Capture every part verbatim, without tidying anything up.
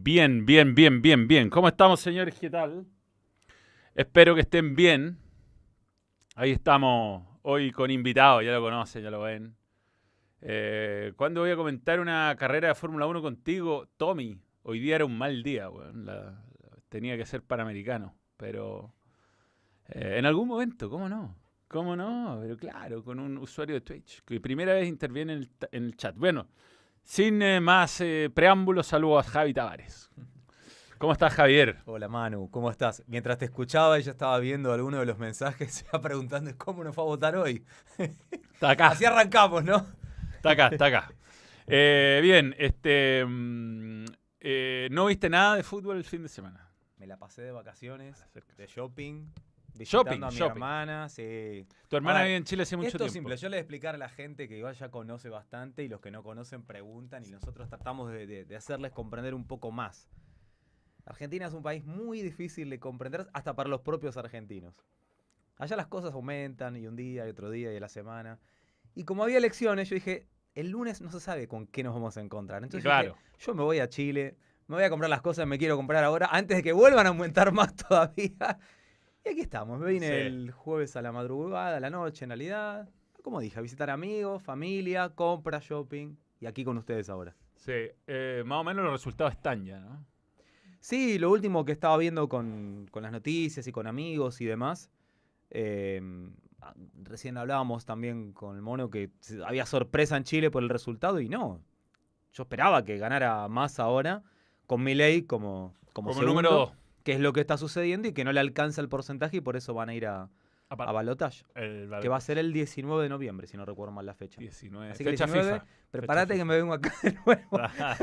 Bien, bien, bien, bien, bien. ¿Cómo estamos, señores? ¿Qué tal? Espero que estén bien. Ahí estamos hoy con invitados, ya lo conocen, ya lo ven. Eh, ¿Cuándo voy a comentar una carrera de Fórmula uno contigo? Tommy, hoy día era un mal día, weón. La- la- tenía que ser panamericano, pero eh, en algún momento, ¿cómo no? ¿Cómo no? Pero claro, con un usuario de Twitch, que primera vez interviene en el, ta- en el chat. Bueno, sin eh, más eh, preámbulos, saludo a Javi Tavares. ¿Cómo estás, Javier? Hola Manu, ¿cómo estás? Mientras te escuchaba y ya estaba viendo alguno de los mensajes, se iba preguntando cómo nos fue a votar hoy. Está acá, Así arrancamos, ¿no? está acá, está acá. Eh, bien, este, mm, eh, ¿no viste nada de fútbol el fin de semana? Me la pasé de vacaciones, de shopping, visitando Shopping, a mi shopping. hermana. Sí. Tu hermana A ver, vive en Chile hace mucho esto tiempo. es simple, yo le voy a explicar a la gente que igual ya conoce bastante y los que no conocen preguntan y nosotros tratamos de, de- de hacerles comprender un poco más. Argentina es un país muy difícil de comprender hasta para los propios argentinos. Allá las cosas aumentan y un día y otro día y a la semana. Y como había elecciones, yo dije, el lunes no se sabe con qué nos vamos a encontrar. Entonces Claro. dije, yo me voy a Chile, me voy a comprar las cosas que me quiero comprar ahora, antes de que vuelvan a aumentar más todavía. Y aquí estamos, me vine Sí. el jueves a la madrugada, a la noche en realidad. Como dije, a visitar amigos, familia, compra, shopping. Y aquí con ustedes ahora. Sí, eh, más o menos los resultados están ya, ¿no? Sí, lo último que estaba viendo con, con las noticias y con amigos y demás. eh, ah, Recién hablábamos también con el mono que se- había sorpresa en Chile por el resultado y no. Yo esperaba que ganara más ahora con Milei como, como, Como segundo, número dos. que es lo que está sucediendo y que no le alcanza el porcentaje y por eso van a ir a, a balotaje. El Que va a ser el diecinueve de noviembre, si no recuerdo mal la fecha. diecinueve. Así que el Fecha diecinueve, FIFA. prepárate Fecha que me vengo acá de nuevo.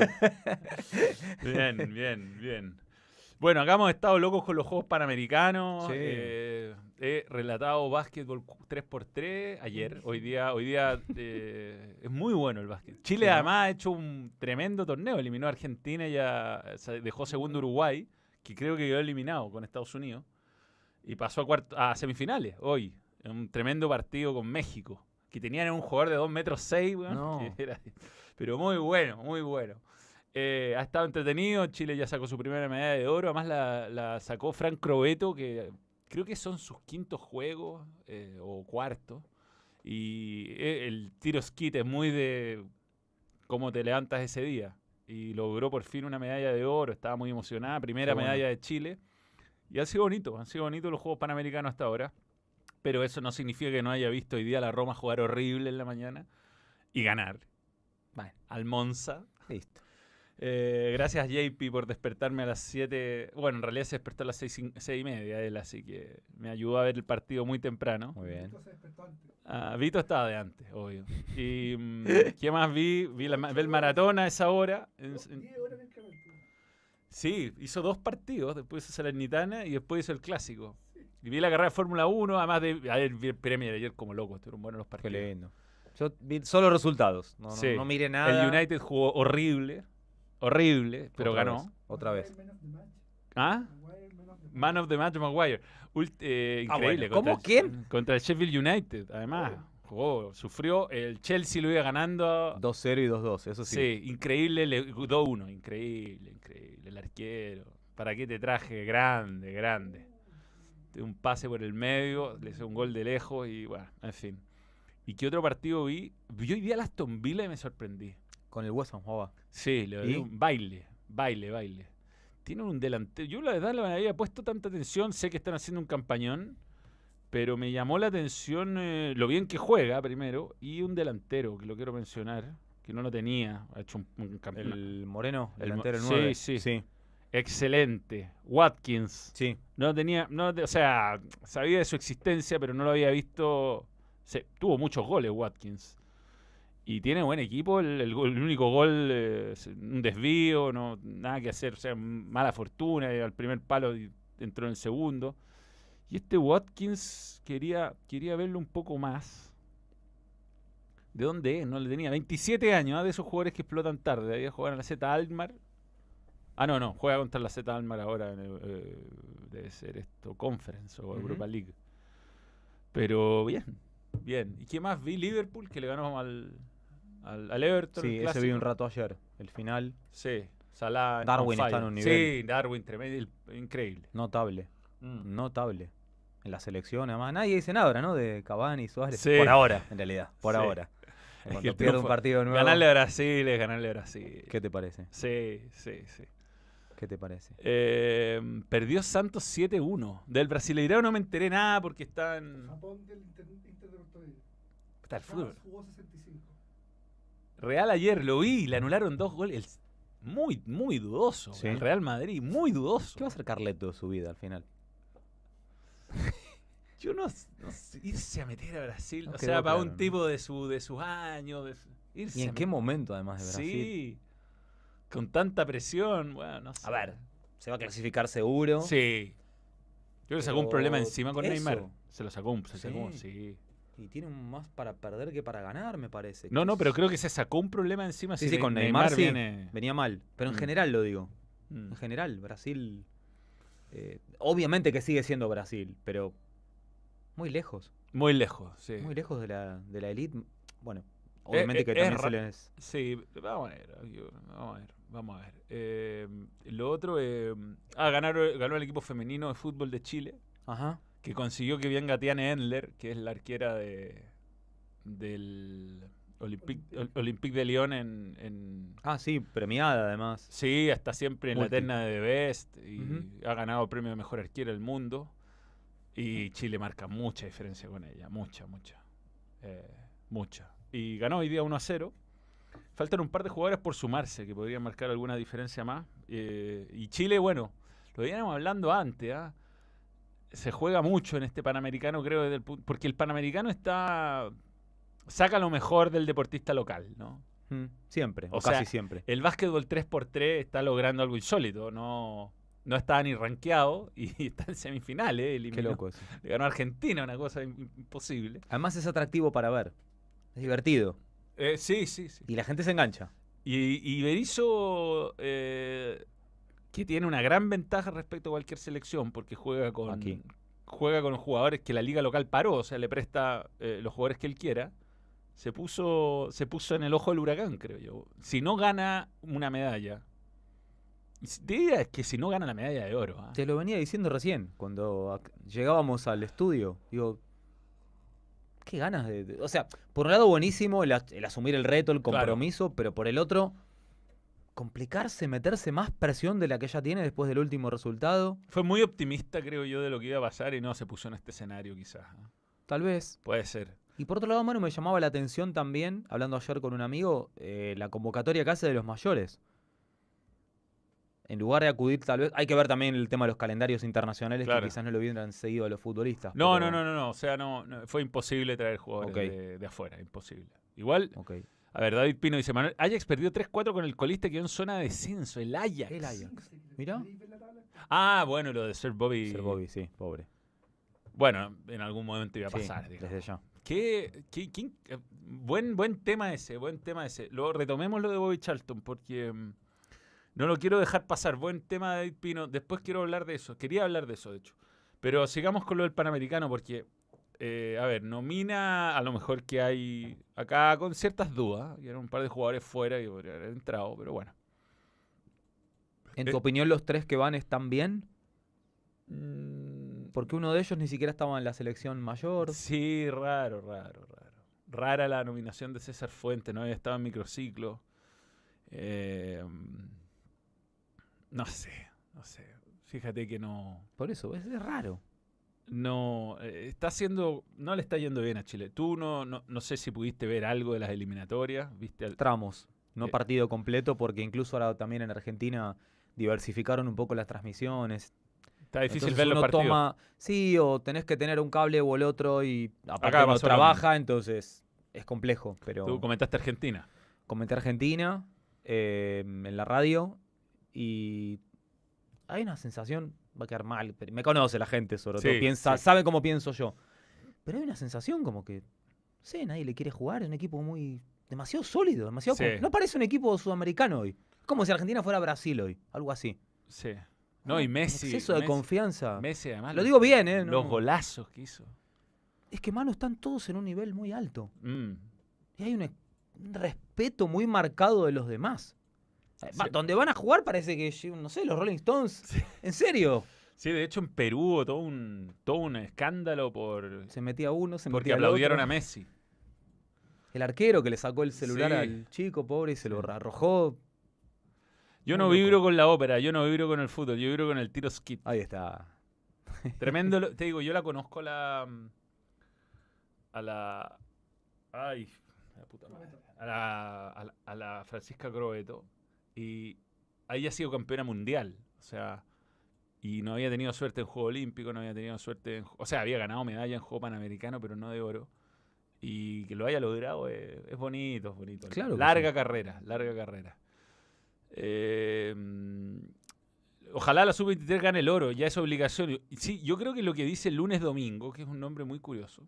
Bien, bien, bien. Bueno, acá hemos estado locos con los Juegos Panamericanos. Sí. eh, he relatado básquetbol tres por tres ayer. Hoy día, hoy día eh, es muy bueno el básquet. Chile Sí, ¿no? además ha hecho un tremendo torneo. Eliminó a Argentina y ya dejó segundo Uruguay, que creo que quedó eliminado con Estados Unidos. Y pasó a, cuarto, a semifinales hoy. En un tremendo partido con México. Que tenían un jugador de dos metros seis, weón. No. Que era- pero muy bueno, muy bueno. Eh, ha estado entretenido. Chile ya sacó su primera medalla de oro. Además la, la sacó Frank Crobeto, que creo que son sus quintos juegos eh, o cuartos. Y eh, el tiro skit es muy de cómo te levantas ese día. Y logró por fin una medalla de oro. Estaba muy emocionada. Primera Qué bueno. medalla de Chile. Y ha sido bonito. Han sido bonitos los Juegos Panamericanos hasta ahora. Pero eso no significa que no haya visto hoy día a la Roma jugar horrible en la mañana y ganar. Bueno, Al Monza. listo. Eh, gracias, J P, por despertarme a las siete. Bueno, en realidad se despertó a las seis y media él, así que me ayudó a ver el partido muy temprano. Muy bien. Ah, Vito estaba de antes, obvio. Y mm, ¿qué más vi? Vi, la, vi el maratón a esa hora. En- en- sí, hizo dos partidos. Después hizo Salernitana y después hizo el clásico. Y vi la carrera de Fórmula uno, además de. A ver, vi el Premier ayer como loco. Estuvieron buenos los Qué partidos. lindo. Yo vi solo resultados. No, no, Sí. no miré nada. El United jugó horrible. Horrible, pero Otra ganó. vez, otra vez. ¿Ah? Man of the Match Maguire. Ult- eh, Ah, increíble. bueno. ¿Cómo? contra el- ¿Quién? Contra el Sheffield United, además. Jugó, sufrió. El Chelsea lo iba ganando. dos cero y dos dos, eso sí. Sí, increíble. le- dos uno. Increíble, increíble. El arquero. ¿Para qué te traje? Grande, grande. Un pase por el medio, le hizo un gol de lejos y bueno, en fin. ¿Y qué otro partido vi? Vi hoy día el Aston Villa y me sorprendí. Con el West Ham jugaba. Sí, le ¿Y? di un baile, baile, baile. Tienen un delantero. Yo la verdad no le había puesto tanta atención. Sé que están haciendo un campañón, pero me llamó la atención eh, lo bien que juega primero y un delantero que lo quiero mencionar, que no lo tenía. Ha hecho un, un campeón. El Moreno, El mo- delantero el sí, nueve. sí. Sí. Excelente. Watkins. Sí. No tenía, no, o sea, sabía de su existencia, pero no lo había visto. Se, tuvo muchos goles Watkins. Y tiene buen equipo. El, el gol- el único gol, eh, es un desvío, no nada que hacer. O sea, mala fortuna. y al primer palo y entró en el segundo. Y este Watkins quería, quería verlo un poco más. ¿De dónde es? No le tenía. veintisiete años, ¿ah? De esos jugadores que explotan tarde. Había jugado en la Z Alkmaar. Ah, no, no. Juega contra la Z Alkmaar ahora. En el, eh, debe ser esto, Conference o Ujú. Europa League. Pero bien, bien. ¿Y qué más vi? Liverpool, que le ganó al, al, al Everton. Sí, el ese vi clásico. un rato ayer. El final. Sí. Salah Darwin on está fire. en un nivel. Sí, Darwin, tremendo, increíble. Notable, Mm. notable. En la selección, además, nadie dice nada ahora, ¿no? De Cavani y Suárez. Sí. Por ahora, en realidad, por Sí. ahora. Es Cuando que el pierde un triunfo- partido nuevo. Ganarle a Brasil es ganarle a Brasil. ¿Qué te parece? Sí, sí, sí. ¿Qué te parece? Eh, perdió Santos siete uno. Del Brasileirão no me enteré nada porque está en... Japón del Inter, Inter de Montevideo. Está el fútbol. Ramos jugó sesenta y cinco. Real ayer lo vi, le anularon dos goles. El- Muy, muy dudoso. Sí. El Real Madrid, muy dudoso. ¿Qué va a hacer Carleto de su vida al final? Yo no, no sé, irse a meter a Brasil. No o quedó sea, para claro, un ¿no? tipo de, su, de sus años. De su- irse ¿Y en a qué met- momento, además de Brasil? Sí. Con tanta presión. Bueno, no sé. A ver, se va a clasificar seguro. Sí. Yo creo que sacó un Pero problema encima con eso. Neymar. Se lo sacó un. Se Sí. sacó, sí. Y tiene un más para perder que para ganar, me parece. No, no, pero creo que se sacó un problema encima. Sí, si sí, con Ne- Neymar, sí. viene- Venía mal. Pero en Mm. general lo digo. Mm. En general, Brasil. eh, obviamente que sigue siendo Brasil, pero muy lejos. Muy lejos, sí. Muy lejos de la, de la elite. Bueno, obviamente eh, que es también ra- se les. Sí, vamos a ver, aquí, vamos a ver, vamos a ver. Eh, lo otro, eh, ah, ganaron, ganó el equipo femenino de fútbol de Chile, Ajá. que consiguió que venga Tiane Endler, que es la arquera de del Olympique, Ol- Olympique de Lyon en, en- Ah, sí, premiada además. sí, está siempre en la Multi. terna de The Best y Ujú. ha ganado el premio de mejor arquera del mundo. Y Chile marca mucha diferencia con ella, mucha, mucha. Eh, mucha. Y ganó hoy día uno a cero. Faltan un par de jugadores por sumarse que podrían marcar alguna diferencia más. Eh, y Chile, bueno, lo veníamos hablando antes, ¿ah? Se juega mucho en este Panamericano, creo, desde el pu- porque el Panamericano está saca lo mejor del deportista local, ¿no? Mm, siempre, o, O sea, casi siempre. El básquetbol tres por tres está logrando algo insólito, no, no estaba ni rankeado y está en semifinales. Qué eliminó- loco eso. Le ganó a Argentina, una cosa im- imposible. Además es atractivo para ver. Es divertido. Eh, sí, sí, sí. Y la gente se engancha. Y, y Berizzo, eh, que tiene una gran ventaja respecto a cualquier selección, porque juega con, Aquí. juega con los jugadores que la liga local paró, o sea, le presta eh, los jugadores que él quiera. Se puso, se puso en el ojo del huracán, creo yo. Si no gana una medalla, y si- te diría que si no gana la medalla de oro, ¿ah? Te lo venía diciendo recién, cuando ac- llegábamos al estudio. Digo, qué ganas de, de- O sea, por un lado buenísimo el, as- el asumir el reto, el Claro. compromiso, pero por el otro, complicarse, meterse más presión de la que ya tiene después del último resultado. Fue muy optimista, creo yo, de lo que iba a pasar y no se puso en este escenario, quizás. ¿ah? Tal vez. Puede ser. Y por otro lado, Manu, me llamaba la atención también, hablando ayer con un amigo, eh, la convocatoria que hace de los mayores. En lugar de acudir, tal vez. Hay que ver también el tema de los calendarios internacionales Claro. que quizás no lo hubieran seguido a los futbolistas. No, pero- no, no, no, no. O sea, no, no, fue imposible traer jugadores Ok. de, de afuera, imposible. Igual, Ok. a ver, David Pino dice, Manuel, Ajax perdió tres cuatro con el colista que quedó en zona de descenso, el Ajax. El Ajax. Mirá. ¿Queréis ver la tabla? Ah, bueno, lo de Sir Bobby. Ser Bobby, sí, pobre. Bueno, en algún momento iba a Sí, pasar. digamos. desde ya. ¿Qué, qué- qué- eh, buen, buen tema ese, buen tema ese. Lo retomemos lo de Bobby Charlton porque mm, no lo quiero dejar pasar. Buen tema de David Pino. Después quiero hablar de eso. Quería hablar de eso, de hecho. Pero sigamos con lo del Panamericano porque, eh, a ver, nomina a lo mejor que hay acá con ciertas dudas. Que eran un par de jugadores fuera que podrían haber entrado, pero bueno. ¿En Eh. tu opinión los tres que van están bien? Mm, Porque uno de ellos ni siquiera estaba en la selección mayor. Sí, raro, raro, raro. Rara la nominación de César Fuentes, no había estado en microciclo. Eh, no sé, no sé. Fíjate que no. Por eso, es, es raro. No, eh, está haciendo. No le está yendo bien a Chile. Tú no, no, no sé si pudiste ver algo de las eliminatorias. ¿Viste? al- Tramos, no Eh. partido completo, porque incluso ahora también en Argentina diversificaron un poco las transmisiones. Está difícil Entonces ver los uno partidos. toma, sí, o tenés que tener un cable o el otro y aparte Acá uno pasó lo trabaja, entonces es complejo. Pero Tú comentaste Argentina. comenté Argentina eh, en la radio y hay una sensación, va a quedar mal, pero me conoce la gente sobre todo, Sí, piensa, sí. sabe cómo pienso yo. Pero hay una sensación como que, no sé, nadie le quiere jugar, es un equipo muy, demasiado sólido, demasiado... Sí. com- No parece un equipo sudamericano hoy, como si Argentina fuera Brasil hoy, algo así. Sí. No, y Un Messi. exceso de Messi- confianza. Messi, además. Lo los- digo bien, ¿eh? No- Los golazos que hizo. Es que, mano, están todos en un nivel muy alto. Mm. Y hay un, un respeto muy marcado de los demás. Va, Sí. donde van a jugar parece que, no sé, los Rolling Stones. ¿En serio? Sí, de hecho en Perú hubo todo un, todo un escándalo por Se metía uno, se porque metía el aplaudieron otro. a Messi. El arquero que le sacó el celular Sí. al chico, pobre, y se lo Sí. arrojó. Yo Muy no loco. vibro con la ópera, yo no vibro con el fútbol, yo vibro con el tiro skit. Ahí está. Tremendo, lo- te digo, yo la conozco a la a la ay, la puta madre, a la, a la, a la Francisca Crobeto y ella ha sido campeona mundial, o sea, y no había tenido suerte en Juego Olímpico, no había tenido suerte en, o sea, había ganado medalla en Juego Panamericano, pero no de oro. Y que lo haya logrado es, es bonito, es bonito. Claro que Larga sí. carrera, larga carrera. Eh, ojalá la sub veintitrés gane el oro, ya es obligación. Y sí, yo creo que lo que dice Lunes Domingo, que es un nombre muy curioso,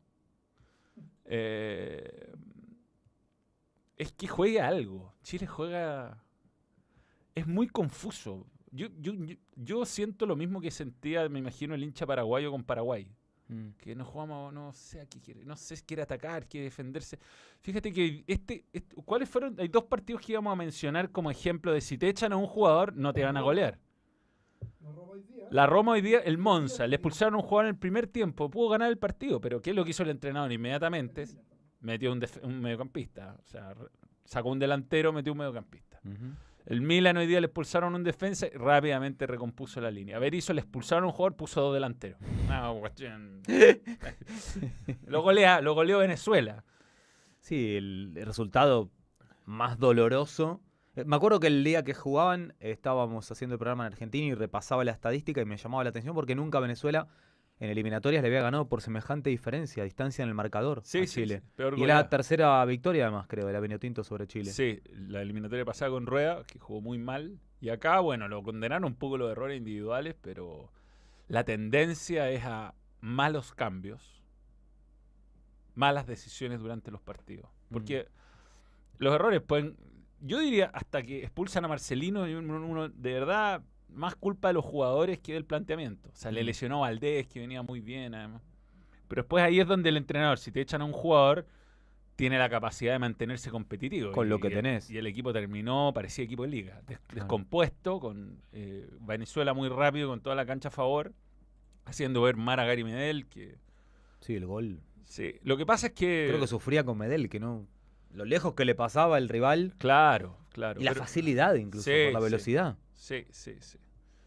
eh, es que juegue algo. Chile juega... Es muy confuso. Yo, yo, yo, yo siento lo mismo que sentía, me imagino, el hincha paraguayo con Paraguay. Mm. Que no jugamos, no sé a qué quiere, no sé si quiere atacar, quiere defenderse. Fíjate que este, este- ¿cuáles fueron? Hay dos partidos que íbamos a mencionar como ejemplo de si te echan a un jugador, no te van a golear. Nos roba hoy día. La Roma hoy día, el Monza, le expulsaron a un jugador en el primer tiempo, pudo ganar el partido, pero ¿qué es lo que hizo el entrenador inmediatamente? Metió un, def- un mediocampista, o sea, re- sacó un delantero, metió un mediocampista. Ujú. El Milan hoy día le expulsaron un defensa y rápidamente recompuso la línea. A Berizzo le expulsaron a un jugador, puso dos delanteros. Ah, cuestión. Lo golea, lo goleó Venezuela. Sí, el, el resultado más doloroso. Eh, Me acuerdo que el día que jugaban eh, estábamos haciendo el programa en Argentina y repasaba la estadística y me llamaba la atención porque nunca Venezuela en eliminatorias le había ganado por semejante diferencia, distancia en el marcador Sí, a sí, Chile. sí, peor Y goleada. la tercera victoria además, creo, de la Vinotinto sobre Chile. Sí, la eliminatoria pasada con Rueda, que jugó muy mal. Y acá, bueno, lo condenaron un poco los errores individuales, pero la tendencia es a malos cambios, malas decisiones durante los partidos. Porque los errores pueden, yo diría, hasta que expulsan a Marcelino, y uno, uno, de verdad, más culpa de los jugadores que del planteamiento. O sea, le Mm. lesionó a Valdés, que venía muy bien, además. Pero después ahí es donde el entrenador, si te echan a un jugador, tiene la capacidad de mantenerse competitivo. Con y, lo que y el- tenés. Y el equipo terminó, parecía equipo de liga, des- Claro. descompuesto, con eh, Venezuela muy rápido, con toda la cancha a favor, haciendo ver mar a Gary Medel, que... Sí, el gol. Sí, lo que pasa es que... Creo que sufría con Medel, que no. Lo lejos que le pasaba el rival Claro, claro. y la pero- facilidad incluso, Sí, por la sí. velocidad. Sí, sí, sí.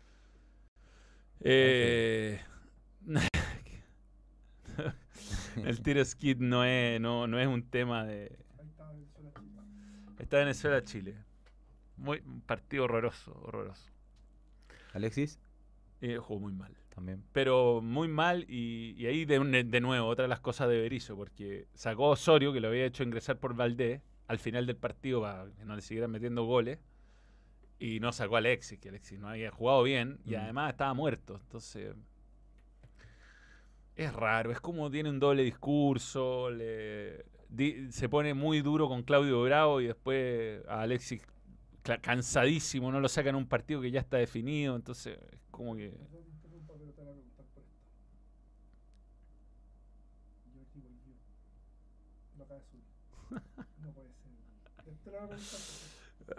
Eh, el tiro skid no es, no, no es un tema de... Ahí está Venezuela, Chile. Está Venezuela-Chile. Muy, un partido horroroso, horroroso. Alexis, Eh, jugó muy mal. también. Pero muy mal y, y ahí de, un- de nuevo, otra de las cosas de Berizzo, porque sacó a Osorio, que lo había hecho ingresar por Valdés, al final del partido para que no le siguieran metiendo goles, y no sacó a Alexis, que Alexis no había jugado bien, y Mm. además estaba muerto. Entonces, es raro, es como tiene un doble discurso, le, di- se pone muy duro con Claudio Bravo y después a Alexis cla- cansadísimo, no lo sacan en un partido que ya está definido, entonces es como que... Perdón que interrumpa, pero te van a preguntar por esto. Jordi volvió. Lo acaba de subir. No puede ser. Te lo van a preguntar por esto.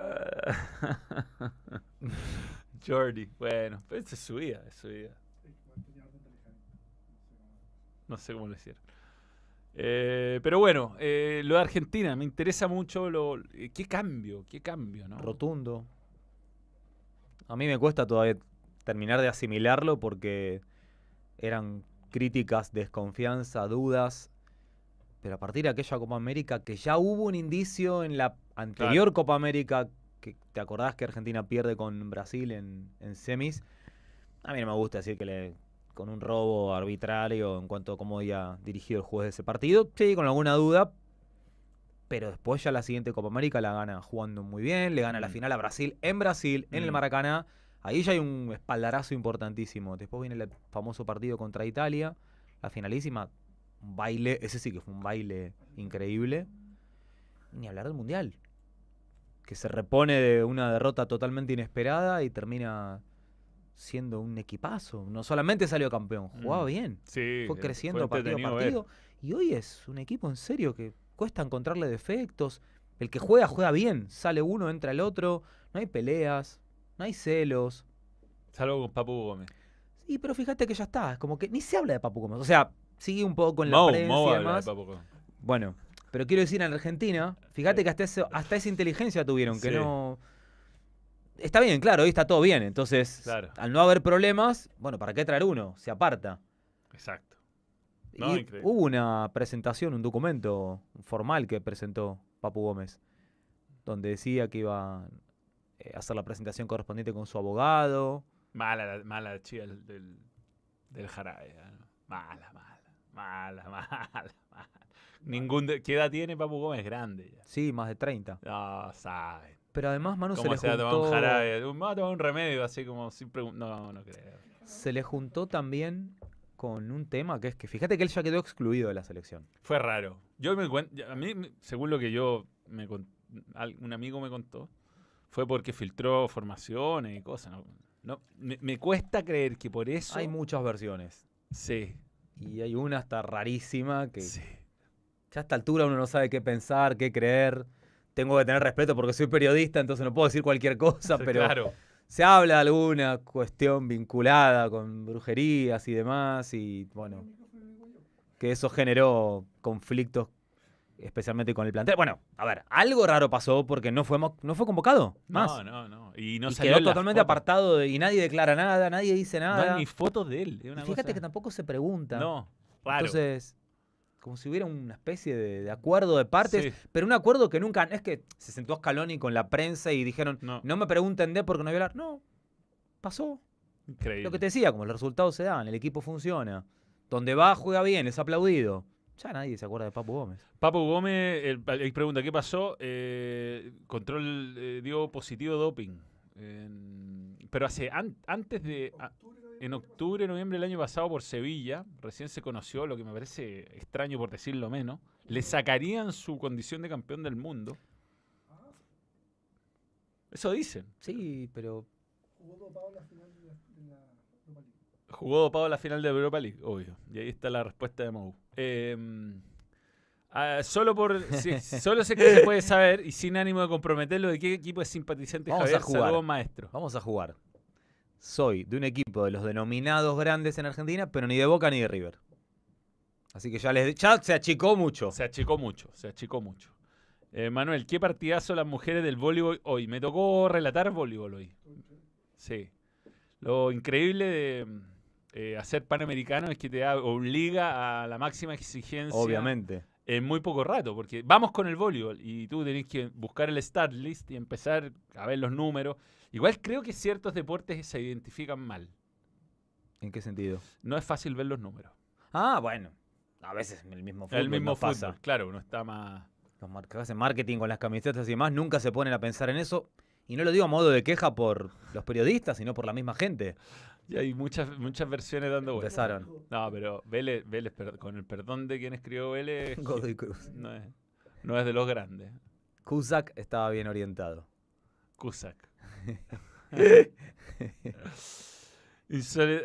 Jordi, bueno, pero esa es su vida, es su vida. Sí, bueno, tenía orden de alejamiento. No No sé cómo. sé cómo lo hicieron. Eh, pero bueno, eh, lo de Argentina, me interesa mucho lo, eh, qué cambio, qué cambio, ¿no? Rotundo. A mí me cuesta todavía terminar de asimilarlo porque eran críticas, desconfianza, dudas. Pero a partir de aquella Copa América, que ya hubo un indicio en la anterior Copa América, que te acordás que Argentina pierde con Brasil en, en semis. A mí no me gusta decir que le, con un robo arbitrario en cuanto a cómo había dirigido el juez de ese partido. Sí, con alguna duda. Pero después ya la siguiente Copa América la gana jugando muy bien. Le gana la Mm. final a Brasil en Brasil, en el Mm. Maracaná. Ahí ya hay un espaldarazo importantísimo. Después viene el famoso partido contra Italia. La finalísima. Un baile, ese sí que fue un baile increíble. Ni hablar del Mundial. Que se repone de una derrota totalmente inesperada y termina siendo un equipazo. No solamente salió campeón, jugaba Mm. bien. Sí, Fue eh, creciendo partido a entretenido ver. partido. Y hoy es un equipo en serio que cuesta encontrarle defectos. El que juega, juega bien. Sale uno, entra el otro. no hay peleas, no hay celos. Salvo con Papu Gómez. Sí, pero fíjate que ya está, es como que ni se habla de Papu Gómez. O sea, sigue un poco en la Mou, prensa Mou y habla de demás. Papu Gómez. Bueno, pero quiero decir, en Argentina, fíjate que hasta, ese- hasta esa inteligencia tuvieron, que Sí. no... Está bien, claro, hoy está todo bien. Entonces, Claro. al no haber problemas, bueno, ¿para qué traer uno? Se aparta. Exacto. No, Y increíble. hubo una presentación, un documento formal que presentó Papu Gómez, donde decía que iba eh, a hacer la presentación correspondiente con su abogado. Mala, la- mala la chica del, del, del jarabe. ¿eh? Mala, mala, mala, mala, mala. Ningún de- ¿Qué edad tiene Papu Gómez? Grande ya. Sí, más de treinta. No, saben. Pero además, Manu, se ¿Cómo le, se va a tomar un juntó, jarabe? Un- Va a tomar un remedio así como sin pregun- No, no creo. se le juntó también con un tema que es que, fíjate que él ya quedó excluido de la selección. Fue raro. Yo me cuento, a mí, me- según lo que yo, me con- al- un amigo me contó, fue porque filtró formaciones y cosas. No, No, me, me cuesta creer que por eso... Hay muchas versiones. Sí, Y hay una hasta rarísima que sí. ya a esta altura uno no sabe qué pensar, qué creer. Tengo que tener respeto porque soy periodista, entonces no puedo decir cualquier cosa, pero Claro. se habla de alguna cuestión vinculada con brujerías y demás, y bueno, que eso generó conflictos, especialmente con el plantel. Bueno, a ver, algo raro pasó porque no fue, mo- no fue convocado más. No, no, no. Y no y salió quedó en las totalmente fotos. apartado de- y nadie declara nada, nadie dice No nada. hay ni fotos de él. es Y una fíjate cosa- que tampoco se pregunta. No, raro. Entonces, como si hubiera una especie de, de acuerdo de partes, Sí. pero un acuerdo que nunca, es que se sentó Scaloni con la prensa y dijeron, No. no, me pregunten de porque no voy a hablar. No, pasó. Increíble. Lo que te decía, como los resultados se dan, el equipo funciona. Donde va, juega bien, es aplaudido. Ya nadie se acuerda de Papu Gómez. Papu Gómez, el, el pregunta, ¿qué pasó? Eh, control eh, dio positivo doping. En- pero hace an- antes de... a- en octubre, noviembre del año pasado por Sevilla, recién se conoció, lo que me parece extraño por decirlo menos, le sacarían su condición de campeón del mundo. Eso dicen. Sí, pero Jugó dopado la final de la, de la Europa League. Jugó dopado la final de Europa League, obvio. Y ahí está la respuesta de Mou. Eh, ah, solo por si- solo sé que se puede saber y sin ánimo de comprometerlo de qué equipo es simpatizante Vamos a Javier. jugar. Saludos, maestro. vamos a jugar. Soy de un equipo de los denominados grandes en Argentina, pero ni de Boca ni de River. Así que ya, les, ya se achicó mucho. Se achicó mucho, se achicó mucho. Eh, Manuel, ¿qué partidazo las mujeres del voleibol hoy? Me tocó relatar voleibol hoy. Sí. Lo increíble de eh, hacer panamericano es que te da- obliga a la máxima exigencia. Obviamente. En muy poco rato, porque vamos con el voleibol y tú tenés que buscar el start list y empezar a ver los números. Igual creo que ciertos deportes se identifican mal. ¿En qué sentido? No es fácil ver los números. Ah, bueno. A veces el mismo fútbol el mismo nos fútbol, pasa. claro, uno está más... Los mar- que hacen marketing con las camisetas y demás nunca se ponen a pensar en eso. Y no lo digo a modo de queja por los periodistas, sino por la misma gente. Y hay muchas, muchas versiones dando vueltas. Empezaron. No, pero Vélez, Vélez, per- con el perdón de quien escribió Vélez, Godoy Cruz. no es, no es de los grandes. Cusack estaba bien orientado. Cusack. Insole-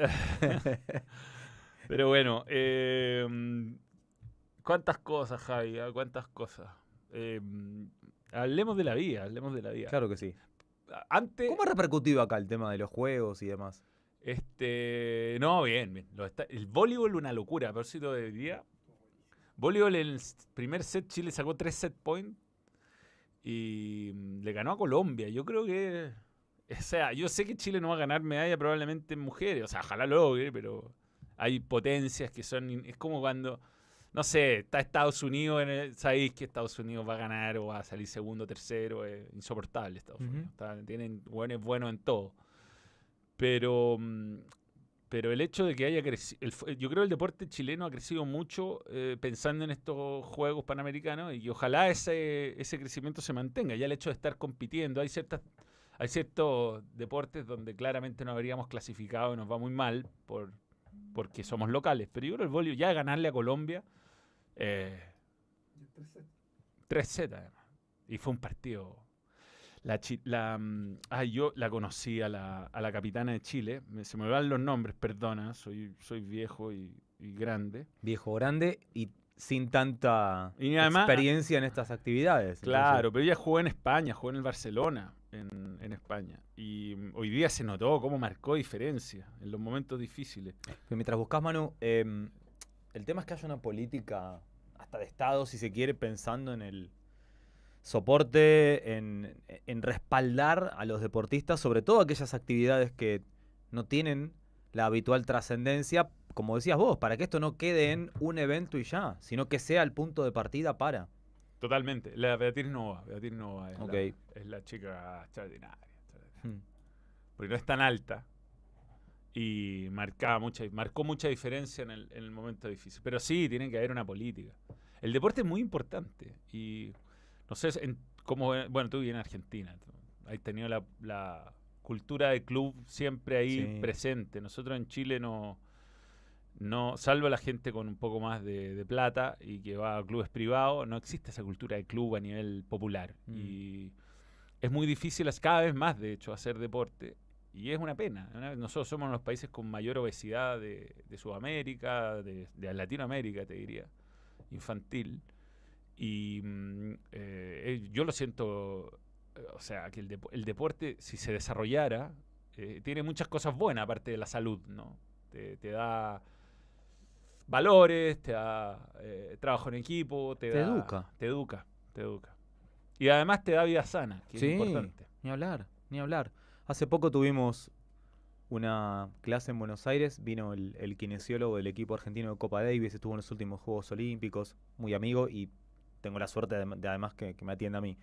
Pero bueno, eh, ¿cuántas cosas, Javi? ah? ¿Cuántas cosas? Eh, hablemos de la vida, hablemos de la vida. Claro que sí. Antes, ¿Cómo ha repercutido acá el tema de los juegos y demás? este, no, bien, bien. Lo está- el voleibol una locura, a propósito de hoy día. Voleibol en el s- primer set Chile sacó tres set points y mm, le ganó a Colombia. Yo creo que, o sea, yo sé que Chile no va a ganar medalla probablemente en mujeres, o sea, ojalá logre, pero hay potencias que son, in- es como cuando, no sé, está Estados Unidos, en el- sabéis que Estados Unidos va a ganar o va a salir segundo, tercero, es insoportable Estados Ujú. Unidos. Está- tienen buenos buenos en todo. Pero, mm, pero el hecho de que haya crecido, yo creo que el deporte chileno ha crecido mucho eh, pensando en estos Juegos Panamericanos y que ojalá ese, ese crecimiento se mantenga. Ya el hecho de estar compitiendo, hay ciertas hay ciertos deportes donde claramente no habríamos clasificado y nos va muy mal por, porque somos locales. Pero yo creo que el voleibol, ya ganarle a Colombia, eh, Y el tercer. tres Z además. Y fue un partido. La, chi- la, mm, ah, yo la conocí a la, a la capitana de Chile. Me- se me van los nombres, perdona. Soy, soy viejo y, y grande. Viejo grande y sin tanta Y además- experiencia en estas actividades. Claro, pero ella jugó en España, jugó en el Barcelona. en, en España. Y mm, hoy día se notó cómo marcó diferencia en los momentos difíciles. Pero mientras buscas, Manu, eh, el tema es que haya una política, hasta de Estado, si se quiere, pensando en el soporte, en, en respaldar a los deportistas, sobre todo aquellas actividades que no tienen la habitual trascendencia, como decías vos, para que esto no quede en un evento y ya, sino que sea el punto de partida para. Totalmente. La Beatriz Nova. Beatriz Nova es, Ok. la, es la chica extraordinaria, extraordinaria. Hmm. Porque no es tan alta y marcaba mucha, marcó mucha diferencia en el, en el momento difícil. Pero sí, tiene que haber una política. El deporte es muy importante y no sé en, cómo, bueno, tú vives en Argentina, tú has tenido la, la cultura de club siempre ahí Sí. presente. Nosotros en Chile no, no, salvo la gente con un poco más de, de plata y que va a clubes privados, no existe esa cultura de club a nivel popular. Mm. Y es muy difícil, es cada vez más, de hecho, hacer deporte. Y es una pena. ¿no? Nosotros somos los países con mayor obesidad de, de Sudamérica, de, de Latinoamérica, te diría, infantil. Y mm, eh, yo lo siento, eh, o sea, que el, depo- el deporte, si se desarrollara, eh, tiene muchas cosas buenas, aparte de la salud, ¿no? Te, te da valores, te da eh, trabajo en equipo, te, Te da, educa. Te educa, te educa. Y además te da vida sana, que Sí, es importante. ni hablar, ni hablar. Hace poco tuvimos una clase en Buenos Aires, vino el, el kinesiólogo del equipo argentino de Copa Davis, estuvo en los últimos Juegos Olímpicos, muy amigo y tengo la suerte de, de además que, que me atienda a mí.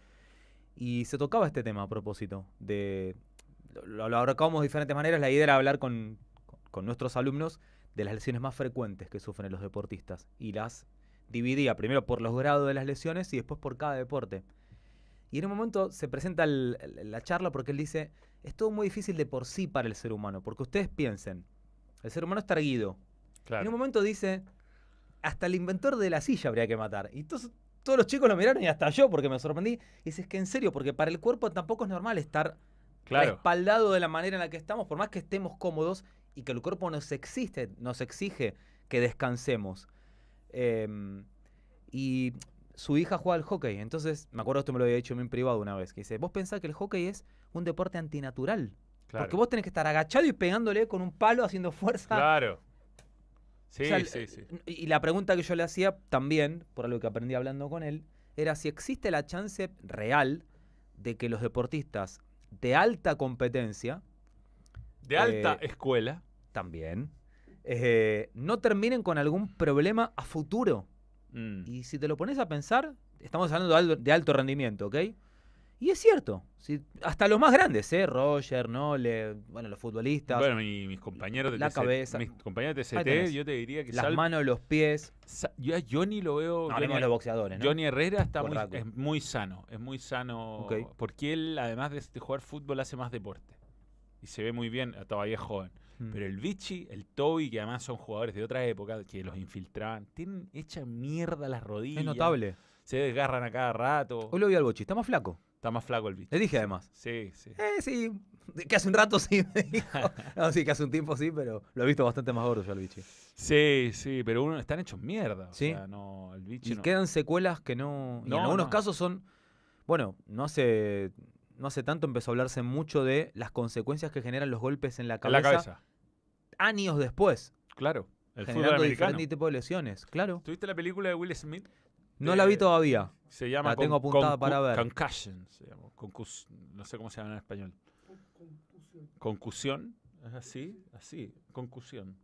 Y se tocaba este tema a propósito, de lo, lo abarcamos de diferentes maneras, la idea era hablar con, con nuestros alumnos de las lesiones más frecuentes que sufren los deportistas y las dividía primero por los grados de las lesiones y después por cada deporte. Y en un momento se presenta el- el- la charla porque él dice, es todo muy difícil de por sí para el ser humano, porque ustedes piensen, el ser humano está erguido. Claro. En un momento dice, hasta el inventor de la silla habría que matar. Y todos, todos los chicos lo miraron y hasta yo, porque me sorprendí. Y dice, es que en serio, porque para el cuerpo tampoco es normal estar Claro. respaldado de la manera en la que estamos, por más que estemos cómodos y que el cuerpo nos exige, nos exige que descansemos. Em, y su hija juega al hockey, entonces, me acuerdo esto me lo había dicho en privado una vez, que dice, vos pensás que el hockey es un deporte antinatural, Claro. porque vos tenés que estar agachado y pegándole con un palo haciendo fuerza. Claro. Sí, O sea, sí, sí. Y la pregunta que yo le hacía también, por algo que aprendí hablando con él, era si existe la chance real de que los deportistas de alta competencia, De alta eh, escuela. también, eh, no terminen con algún problema a futuro. Mm. Y si te lo pones a pensar, estamos hablando de alto, de alto rendimiento, ¿ok? Y es cierto, si, hasta los más grandes, ¿eh? Roger, Nole, bueno, los futbolistas, Bueno, mi- mis compañeros de la T C T, cabeza. mis compañeros de Ahí T C T, tenés. yo te diría que las salvo- manos, los pies. sa- yo a Johnny lo veo. No, hablemos Johnny, de los boxeadores, ¿no? Johnny Herrera está Por muy, rugby. es muy sano, es muy sano, Ok. porque él, además de, de jugar fútbol, hace más deporte. Y se ve muy bien, todavía es joven. Mm. Pero el Vichy, el Toby, que además son jugadores de otra época, que los infiltraban, tienen hecha mierda las rodillas. Es notable. Se desgarran a cada rato. Hoy lo vi al Bochi, está más flaco. Está más flaco el Vichy. Le dije además. Sí, sí. Eh, sí, que hace un rato sí me dijo. No, sí, que hace un tiempo sí, pero lo he visto bastante más gordo yo al Vichy. Sí, sí, pero uno están hechos mierda. O Sí. sea, no, el Vichy Y no. quedan secuelas que no... Y No, en algunos no. casos son... Bueno, no hace, no hace tanto empezó a hablarse mucho de las consecuencias que generan los golpes en la En cabeza, la cabeza. años después, claro. El fútbol generando americano. diferentes tipos de lesiones. Claro. ¿Tuviste la película de Will Smith? No Eh, la vi todavía. Se llama La tengo apuntada para ver. Concussion. Se llama. Concus- no sé cómo se llama en español. Con- contusión. Concusión. ¿Es así? Así. Concusión.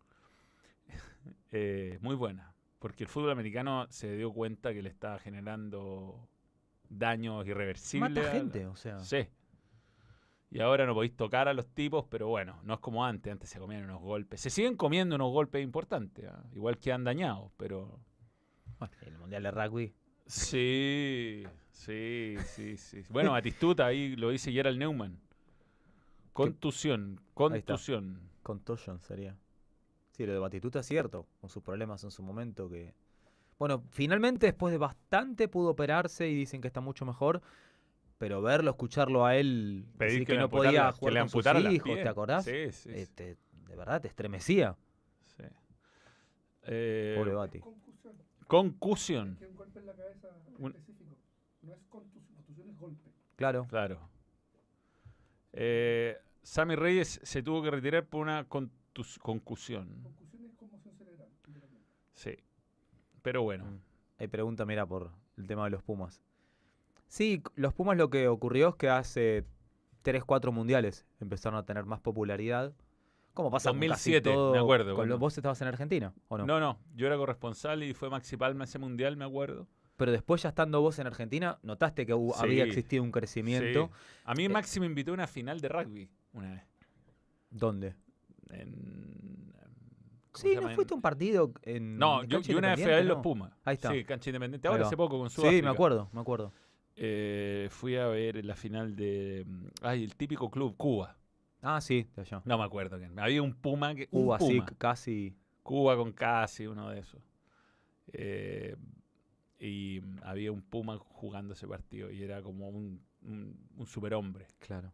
Eh, muy buena. Porque el fútbol americano se dio cuenta que le estaba generando daños irreversibles. Mata a- gente, o sea. Sí. Y ahora no podéis tocar a los tipos, pero bueno, no es como antes. Antes se comían unos golpes. Se siguen comiendo unos golpes importantes. ¿ah? Igual quedan dañados, pero... Bueno, el Mundial de Rugby. Sí, sí, sí, sí. Bueno, Batistuta, ahí lo dice Gerald Neumann. Contusión, Ahí está. contusión. Contusion sería. Sí, lo de Batistuta es cierto, con sus problemas en su momento que... Bueno, finalmente después de bastante pudo operarse y dicen que está mucho mejor, pero verlo, escucharlo a él Pedir decir que, que, le no podía amputaran la- jugar que le con sus amputaran las hijos, ¿te piernas. acordás? Sí, sí, Eh, sí, te- de verdad, te estremecía. sí. Eh, Pobre Bati. Concusión. concusión, Que un golpe en la cabeza Un- específico. No es contusión, contusión es golpe. Claro. claro. Eh, Sammy Reyes se tuvo que retirar por una contus- concusión. Concusión es conmoción cerebral, literalmente. Sí. Pero bueno. Mm. Hay pregunta, mira, por el tema de los Pumas. Sí, c- los Pumas lo que ocurrió es que hace tres, cuatro mundiales empezaron a tener más popularidad. Como pasa dos mil con casi siete, todo. me acuerdo, Con cuando- los- ¿Vos estabas en Argentina o no? No, no. Yo era corresponsal y fue Maxi Palma ese mundial, me acuerdo. Pero después ya estando vos en Argentina, notaste que hubo- Sí, había existido un crecimiento. Sí. A mí Eh, Maxi me invitó a una final de rugby una vez. ¿Dónde? En, ¿cómo Sí, se ¿no llama? fuiste a En- un partido en No, en yo, cancha yo una vez fui a ver independiente, los no? Pumas. Ahí está. Sí, cancha independiente. Ahí Ahora va. hace poco con Sí, Sudáfrica. me acuerdo, me acuerdo. Eh, fui a ver la final de... mm, Ay, el típico club, Cuba. Ah, sí, de allá. No me acuerdo quién. Había un Puma que... un Cuba, sí, Puma. casi. Cuba con casi, uno de esos. Eh, y mm, había un Puma jugando ese partido y era como un, un, un superhombre. Claro.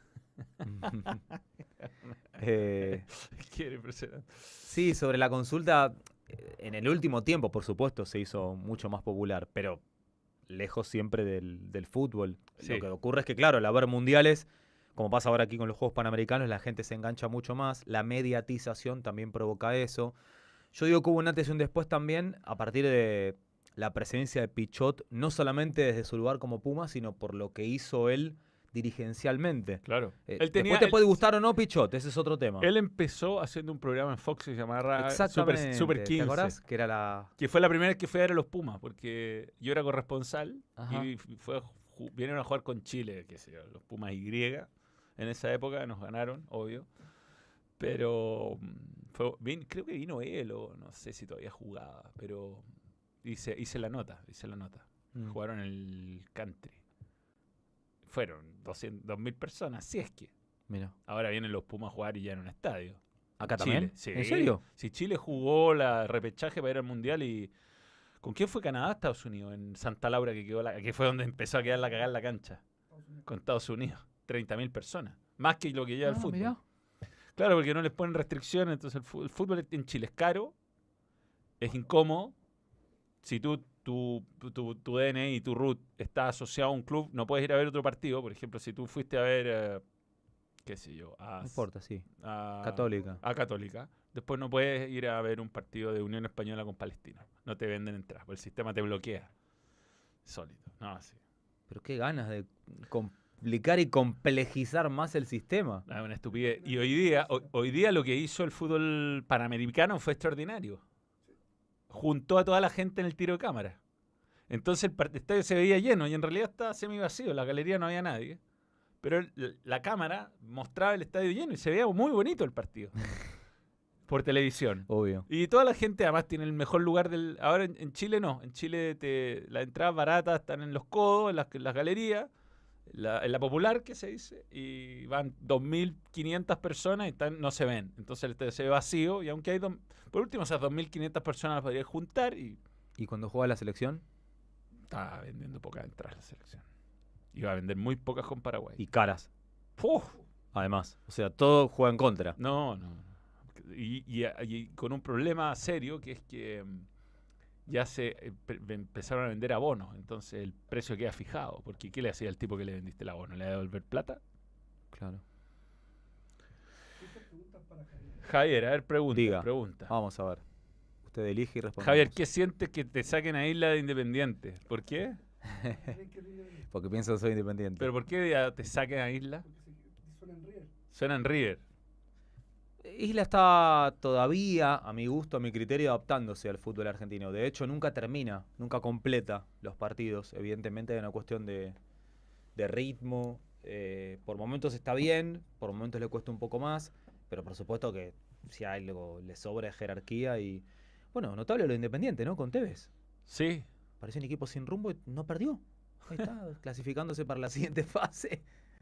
eh, Qué impresionante. sí, sobre la consulta, eh, en el último tiempo, por supuesto, se hizo mucho más popular, pero lejos siempre del, del fútbol. Sí. Lo que ocurre es que, claro, al haber mundiales, como pasa ahora aquí con los Juegos Panamericanos, la gente se engancha mucho más. La mediatización también provoca eso. Yo digo que hubo un antes y un después también a partir de la presencia de Pichot, no solamente desde su lugar como Puma, sino por lo que hizo él dirigencialmente. Claro. Eh, Él tenía- después te él- puede gustar o no Pichot, ese es otro tema. Él empezó haciendo un programa en Fox que se llamaba Exactamente. Super, Super ¿Te quince. acordás? Que era la... Que fue la primera vez que fui a ver a los Pumas, porque yo era corresponsal Ajá. y fue a ju- vinieron a jugar con Chile, qué sé yo, los Pumas Y. En esa época nos ganaron, obvio. Pero mm, fue, vin- creo que vino él, o no sé si todavía jugaba, pero hice, hice la nota, hice la nota. Mm. Jugaron el country. Fueron doscientas, dos mil personas, si es que. Mira. Ahora vienen los Pumas a jugar y ya en un estadio. ¿Acá Chile, también? sí. ¿En serio? Si Chile jugó la repechaje para ir al Mundial y... ¿Con quién fue Canadá? Estados Unidos, en Santa Laura, que quedó la... que fue donde empezó a quedar la cagada en la cancha. Estados Unidos. Con Estados Unidos. treinta mil personas. Más que lo que lleva el Ah, fútbol. mirá. Claro, porque no les ponen restricciones, entonces el fu- el fútbol en Chile es caro, es incómodo. Si tú, tu, tu, tu D N I y tu root está asociado a un club, no puedes ir a ver otro partido. Por ejemplo, si tú fuiste a ver, eh, qué sé yo, a, No importa, sí. a- Católica. a Católica, después no puedes ir a ver un partido de Unión Española con Palestina. No te venden entradas, porque el sistema te bloquea. Sólido. No, sí. Pero qué ganas de complicar y complejizar más el sistema. Es una estupidez. Y hoy día, hoy, hoy día lo que hizo el fútbol panamericano fue extraordinario. Juntó a toda la gente en el tiro de cámara. Entonces el par- estadio se veía lleno y en realidad estaba semi vacío. En la galería no había nadie. Pero el- la cámara mostraba el estadio lleno y se veía muy bonito el partido. Por televisión. Obvio. Y toda la gente además tiene el mejor lugar del... Ahora en, en Chile no. En Chile te, las entradas baratas están en los codos, en las, en las galerías, la- en la popular que se dice, y van dos mil quinientas personas y están, no se ven. Entonces el estadio se ve vacío y aunque hay... dos- por último esas dos mil quinientas personas las podrías juntar y ¿Y cuando juega la selección? estaba vendiendo pocas entradas la selección. Iba a vender muy pocas con Paraguay. Y caras, ¡Uf! además. O sea, todo juega en contra. No, no. Y, y- y con un problema serio que es que mm, ya se eh, pe- empezaron a vender abonos, entonces el precio queda fijado. Porque ¿qué le hacía al tipo que le vendiste el abono? ¿Le va a devolver plata? Claro. Estas preguntas para Javier. Javier, a ver, pregunta. Diga. pregunta. Vamos a ver. Usted elige y responde. Javier, ¿qué sientes que te saquen a Isla de Independiente? ¿Por qué? ¿Creen que River es? Porque pienso que soy independiente. ¿Pero por qué ya te saquen a Isla? Porque se, suena en River. Suena en River. Isla está todavía, a mi gusto, a mi criterio, adaptándose al fútbol argentino. De hecho, nunca termina, nunca completa los partidos. Evidentemente hay una cuestión de, de ritmo. eh, por momentos está bien, por momentos le cuesta un poco más, pero por supuesto que si algo le sobra es jerarquía y... Bueno, notable lo de Independiente, ¿no? Con Tevez. Sí. Pareció un equipo sin rumbo y no perdió. Ahí está, clasificándose para la siguiente fase.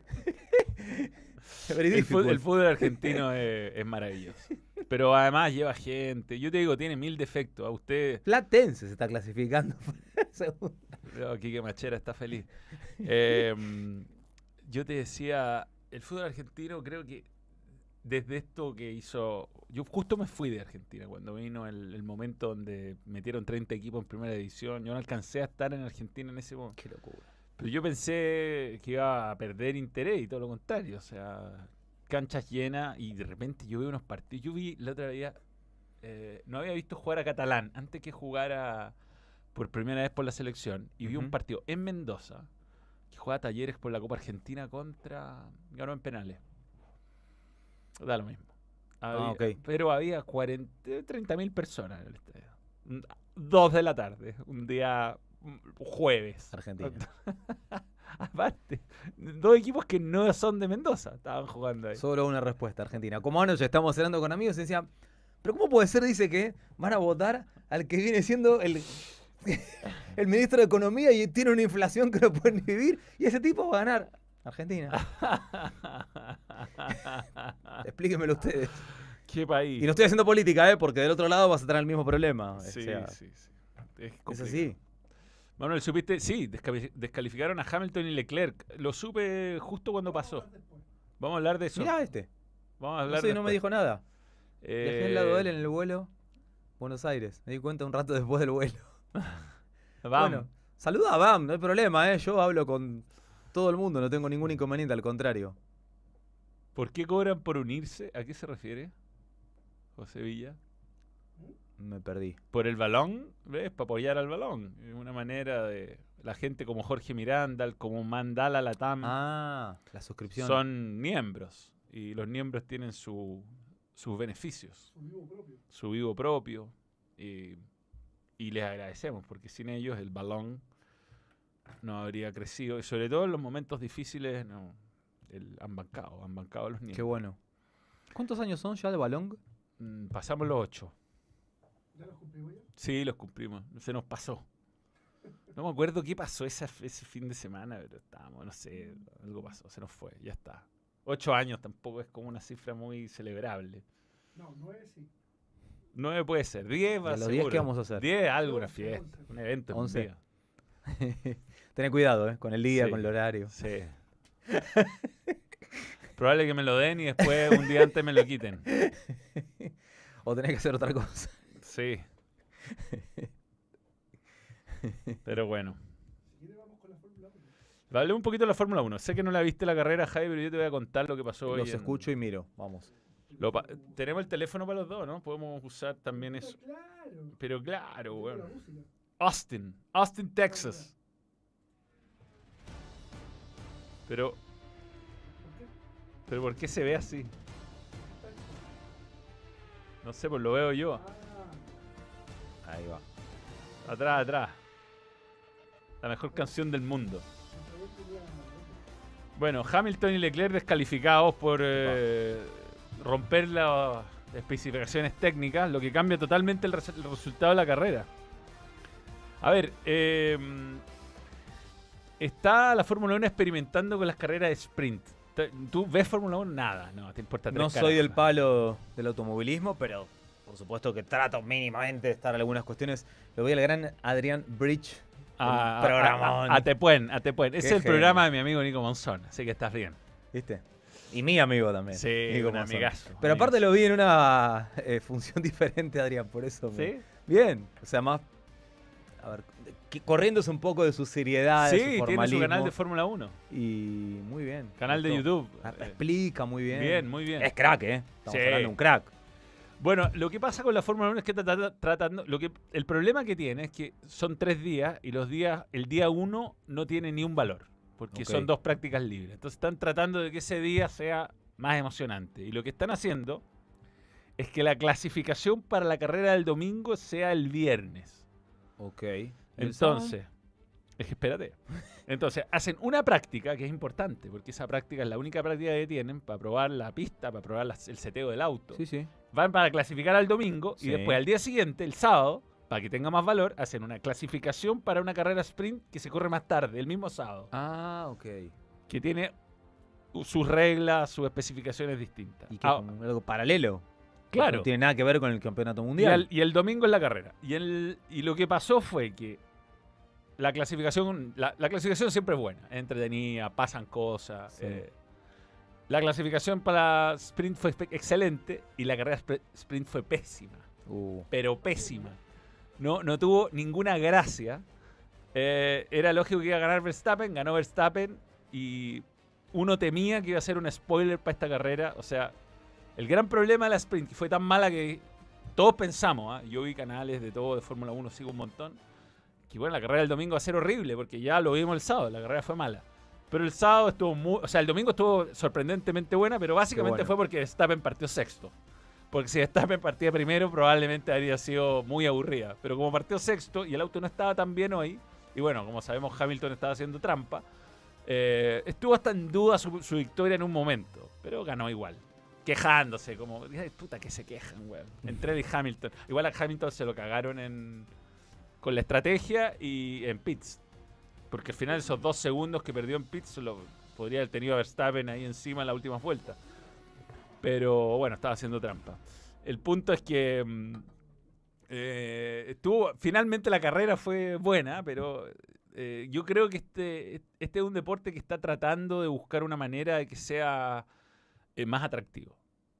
Very El, fu- difficult. el fútbol argentino es, es maravilloso. Pero además lleva gente. Yo te digo, tiene mil defectos. A usted... Platense se está clasificando. Segundo. No, Quique Machera está feliz. Eh, yo te decía, el fútbol argentino creo que desde esto que hizo... Yo justo me fui de Argentina cuando vino el, el momento donde metieron treinta equipos en primera división. Yo no alcancé a estar en Argentina en ese momento. Qué locura. Pero yo pensé que iba a perder interés y todo lo contrario. O sea, canchas llenas y de repente yo veo unos partidos. Yo vi la otra día, eh, no había visto jugar a Catalán antes que jugara por primera vez por la selección. Y vi un Ujú. partido en Mendoza que juega Talleres por la Copa Argentina contra... Ganó en penales. Da lo mismo. Había- ok. Pero había cuarenta, treinta mil personas en el estadio. Un- Dos de la tarde, un día mm, jueves. Argentina. Aparte, dos equipos que no son de Mendoza estaban jugando ahí. Solo una respuesta, Argentina. Como anoche estamos cenando con amigos y decían, pero ¿cómo puede ser? Dice que van a votar al que viene siendo el, el ministro de Economía y tiene una inflación que no pueden ni vivir y ese tipo va a ganar. Argentina. Explíquenmelo ustedes. ¿Qué país? Y no estoy haciendo política, ¿eh? Porque del otro lado vas a tener el mismo problema. O Sí, sea, sí, sí. Es, es complicado. así. Manuel, ¿supiste? Sí, descali- descalificaron a Hamilton y Leclerc. Lo supe justo cuando pasó. Después. Vamos a hablar de eso. Mirá este. Vamos a No hablar sé, no me después. dijo nada. Eh, Viajé al lado de él en el vuelo Buenos Aires. Me di cuenta un rato después del vuelo. Bam. Bueno, saluda a Bam, no hay problema, ¿eh? Yo hablo con todo el mundo, no tengo ningún inconveniente, al contrario. ¿Por qué cobran por unirse? ¿A qué se refiere, José Villa? Me perdí. Por el balón, ¿ves? Para apoyar al balón. Es una manera de... La gente como Jorge Miranda, como Mandala Latam, Ah, la suscripción. son miembros. Y los miembros tienen su, sus beneficios, Su vivo propio. su vivo propio. Y, y les agradecemos, porque sin ellos el balón no habría crecido. Y sobre todo en los momentos difíciles no, el- han bancado, han bancado a los miembros. Qué bueno. ¿Cuántos años son ya de balón? Mm, Pasamos los ocho. ¿Ya los cumplimos ya? Sí, los cumplimos. Se nos pasó. No me acuerdo qué pasó esa, ese fin de semana, pero estábamos, no sé, algo pasó, se nos fue, ya está. Ocho años tampoco es como una cifra muy celebrable. No, nueve sí. Nueve puede ser, diez ¿Y va a los seguro. diez qué vamos a hacer? Diez, algo, una Once, fiesta, once. un evento. en un Once. día. Ten cuidado, ¿eh? Con el día, Sí. con el horario. Sí. Probable que me lo den y después un día antes me lo quiten. O tenés que hacer otra cosa. Sí. Pero bueno. Si quieres vamos con la Fórmula uno. Hablemos un poquito de la Fórmula uno. Sé que no la viste la carrera, Javi, pero yo te voy a contar lo que pasó hoy. Los en- escucho y miro. Vamos. Lo pa- Tenemos el teléfono para los dos, ¿no? Podemos usar también eso. Claro. Pero claro, Tengo bueno. la música. Austin, Austin, Texas. Pero, ¿Por qué? pero ¿por qué se ve así? No sé, pues lo veo yo. Ah, Ahí va. Atrás, atrás. La mejor canción del mundo. otra vez tenía- Bueno, Hamilton y Leclerc descalificados por eh, romper las especificaciones técnicas, lo que cambia totalmente el, res- el resultado de la carrera. A ver, eh, está la Fórmula uno experimentando con las carreras de sprint. Te- ¿Tú ves Fórmula uno? Nada, no, te importa tres No soy carajos. del palo del automovilismo, pero por supuesto que trato mínimamente de estar en algunas cuestiones. Lo voy al gran Adrián Bridge. A, Un programón. a, a, a Tepuen, a Tepuen. Ese es Qué el genio. programa de mi amigo Nico Monzón, así que estás bien. ¿Viste? Y mi amigo también. Sí, Nico un Monzón. amigazo. Pero aparte amigazo. lo vi en una eh, función diferente, Adrián, por eso. me- ¿Sí? Bien. O sea, más. A ver, que- corriéndose un poco de su seriedad, Sí, de su tiene su formalismo. canal de Fórmula uno. Y muy bien. Canal de me gustó. YouTube. Ah, Eh, Explica muy bien. Bien, muy bien. Es crack, ¿eh? Estamos Sí. hablando de un crack. Bueno, lo que pasa con la Fórmula uno es que está trata- tratando. Lo que, el problema que tiene es que son tres días y los días, el día uno no tiene ni un valor. Porque Ok. son dos prácticas libres. Entonces están tratando de que ese día sea más emocionante. Y lo que están haciendo es que la clasificación para la carrera del domingo sea el viernes. Ok. Entonces, es que espérate. Entonces, hacen una práctica que es importante, porque esa práctica es la única práctica que tienen para probar la pista, para probar las- el seteo del auto. Sí, sí. Van para clasificar al domingo Sí. y después al día siguiente, el sábado, para que tenga más valor, hacen una clasificación para una carrera sprint que se corre más tarde, el mismo sábado, Ah, ok. que tiene sus reglas, sus especificaciones distintas. Y que Ah, como algo paralelo. claro. No tiene nada que ver con el campeonato Y, mundial. al- y el domingo es la carrera. Y, el, y lo que pasó fue que la clasificación, la, la clasificación siempre es buena, es entretenida, pasan cosas. Sí. eh. La clasificación para sprint fue espe- excelente y la carrera spr- sprint fue pésima, Uh, pero pésima. No, no tuvo ninguna gracia Eh, era lógico que iba a ganar Verstappen, ganó Verstappen y uno temía que iba a ser un spoiler para esta carrera. O sea, el gran problema de la sprint, que fue tan mala que todos pensamos, ¿eh? Yo vi canales de todo, de Fórmula uno, sigo un montón, que bueno, la carrera del domingo va a ser horrible, porque ya lo vimos el sábado, la carrera fue mala. Pero el sábado estuvo muy, o sea, el domingo estuvo sorprendentemente buena, pero básicamente bueno. fue porque Verstappen partió sexto. Porque si Verstappen partía primero, probablemente habría sido muy aburrida. Pero como partió sexto y el auto no estaba tan bien hoy, y bueno, como sabemos, Hamilton estaba haciendo trampa, eh, estuvo hasta en duda su, su victoria en un momento, pero ganó igual. Quejándose, como, ay, puta que se quejan, weón. Entre y Hamilton. Igual a Hamilton se lo cagaron en, con la estrategia y en pits. Porque al final esos dos segundos que perdió en pits lo podría haber tenido a Verstappen ahí encima en la última vuelta. Pero bueno, estaba haciendo trampa. El punto es que mm, eh, estuvo, finalmente la carrera fue buena, pero eh, yo creo que este, este es un deporte que está tratando de buscar una manera de que sea eh, más atractivo.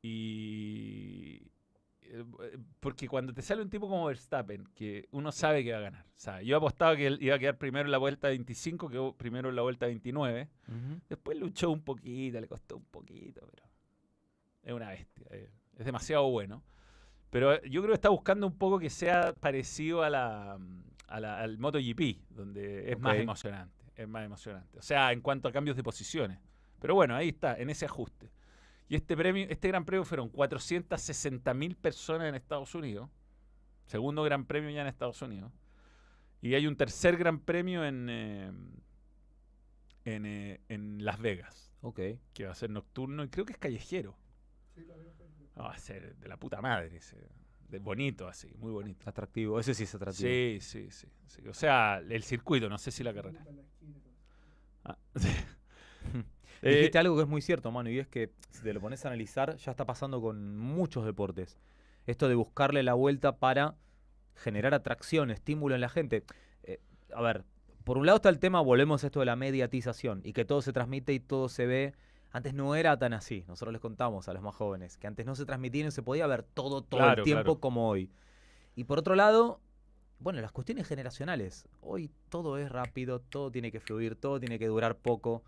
Y eh, porque cuando te sale un tipo como Verstappen, que uno sabe que va a ganar. O sea, yo apostaba que él iba a quedar primero en la vuelta veinticinco, quedó primero en la vuelta veintinueve. Uh-huh. Después luchó un poquito, le costó un poquito, pero es una bestia. Eh, es demasiado bueno. Pero yo creo que está buscando un poco que sea parecido a la, a la, al MotoGP, donde es Ok. más emocionante. Es más emocionante. O sea, en cuanto a cambios de posiciones. Pero bueno, ahí está, en ese ajuste. Y este premio, este gran premio fueron cuatrocientas sesenta mil personas en Estados Unidos. Segundo gran premio ya en Estados Unidos. Y hay un tercer gran premio en, eh, en, eh, en Las Vegas, Ok. que va a ser nocturno y creo que es callejero. Sí, lo veo. No, va a ser de la puta madre. Ese, de bonito así, muy bonito. Atractivo. Ese sí es atractivo. Sí, sí, sí, sí. O sea, el circuito, no sé si la carrera. Ah, sí. Eh, Dijiste algo que es muy cierto, mano, y es que si te lo pones a analizar, ya está pasando con muchos deportes. Esto de buscarle la vuelta para generar atracción, estímulo en la gente. Eh, a ver, por un lado está el tema, volvemos a esto de la mediatización, y que todo se transmite y todo se ve. Antes no era tan así. Nosotros les contamos a los más jóvenes que antes no se transmitía y no se podía ver todo, todo Claro, el tiempo claro. como hoy. Y por otro lado, bueno, las cuestiones generacionales. Hoy todo es rápido, todo tiene que fluir, todo tiene que durar poco.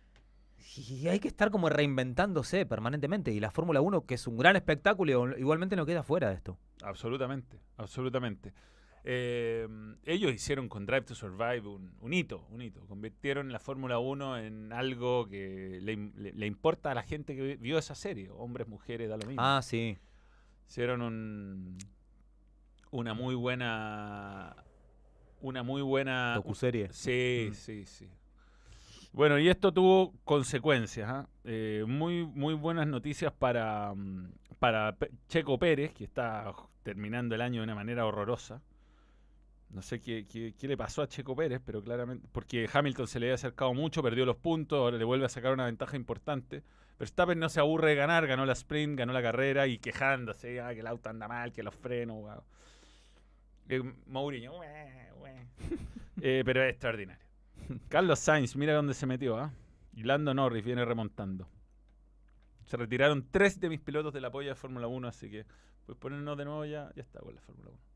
Y hay que estar como reinventándose permanentemente. Y la Fórmula uno, que es un gran espectáculo, igualmente no queda fuera de esto. Absolutamente, absolutamente. Eh, ellos hicieron con Drive to Survive un, un hito, un hito. Convirtieron la Fórmula uno en algo que le, le, le importa a la gente que vio esa serie. Hombres, mujeres, da lo mismo. Ah, sí. Hicieron un, una muy buena... Una muy buena... Docuserie. Sí, Mm. sí, sí. Bueno, y esto tuvo consecuencias. ¿ah? Eh, muy, muy buenas noticias para, mm, para Pe- Checo Pérez, que está terminando el año de una manera horrorosa. No sé qué, qué, qué le pasó a Checo Pérez, pero claramente, porque Hamilton se le había acercado mucho, perdió los puntos, ahora le vuelve a sacar una ventaja importante. Verstappen no se aburre de ganar, ganó la sprint, ganó la carrera y quejándose, ah, que el auto anda mal, que los frenos, wow. Eh, Mourinho, "Ue, ue". Eh, pero es extraordinario. Carlos Sainz, mira dónde se metió, ¿ah? Y Lando Norris viene remontando. Se retiraron tres de mis pilotos de la polla de Fórmula uno, así que pues ponernos de nuevo ya, ya está con la Fórmula uno.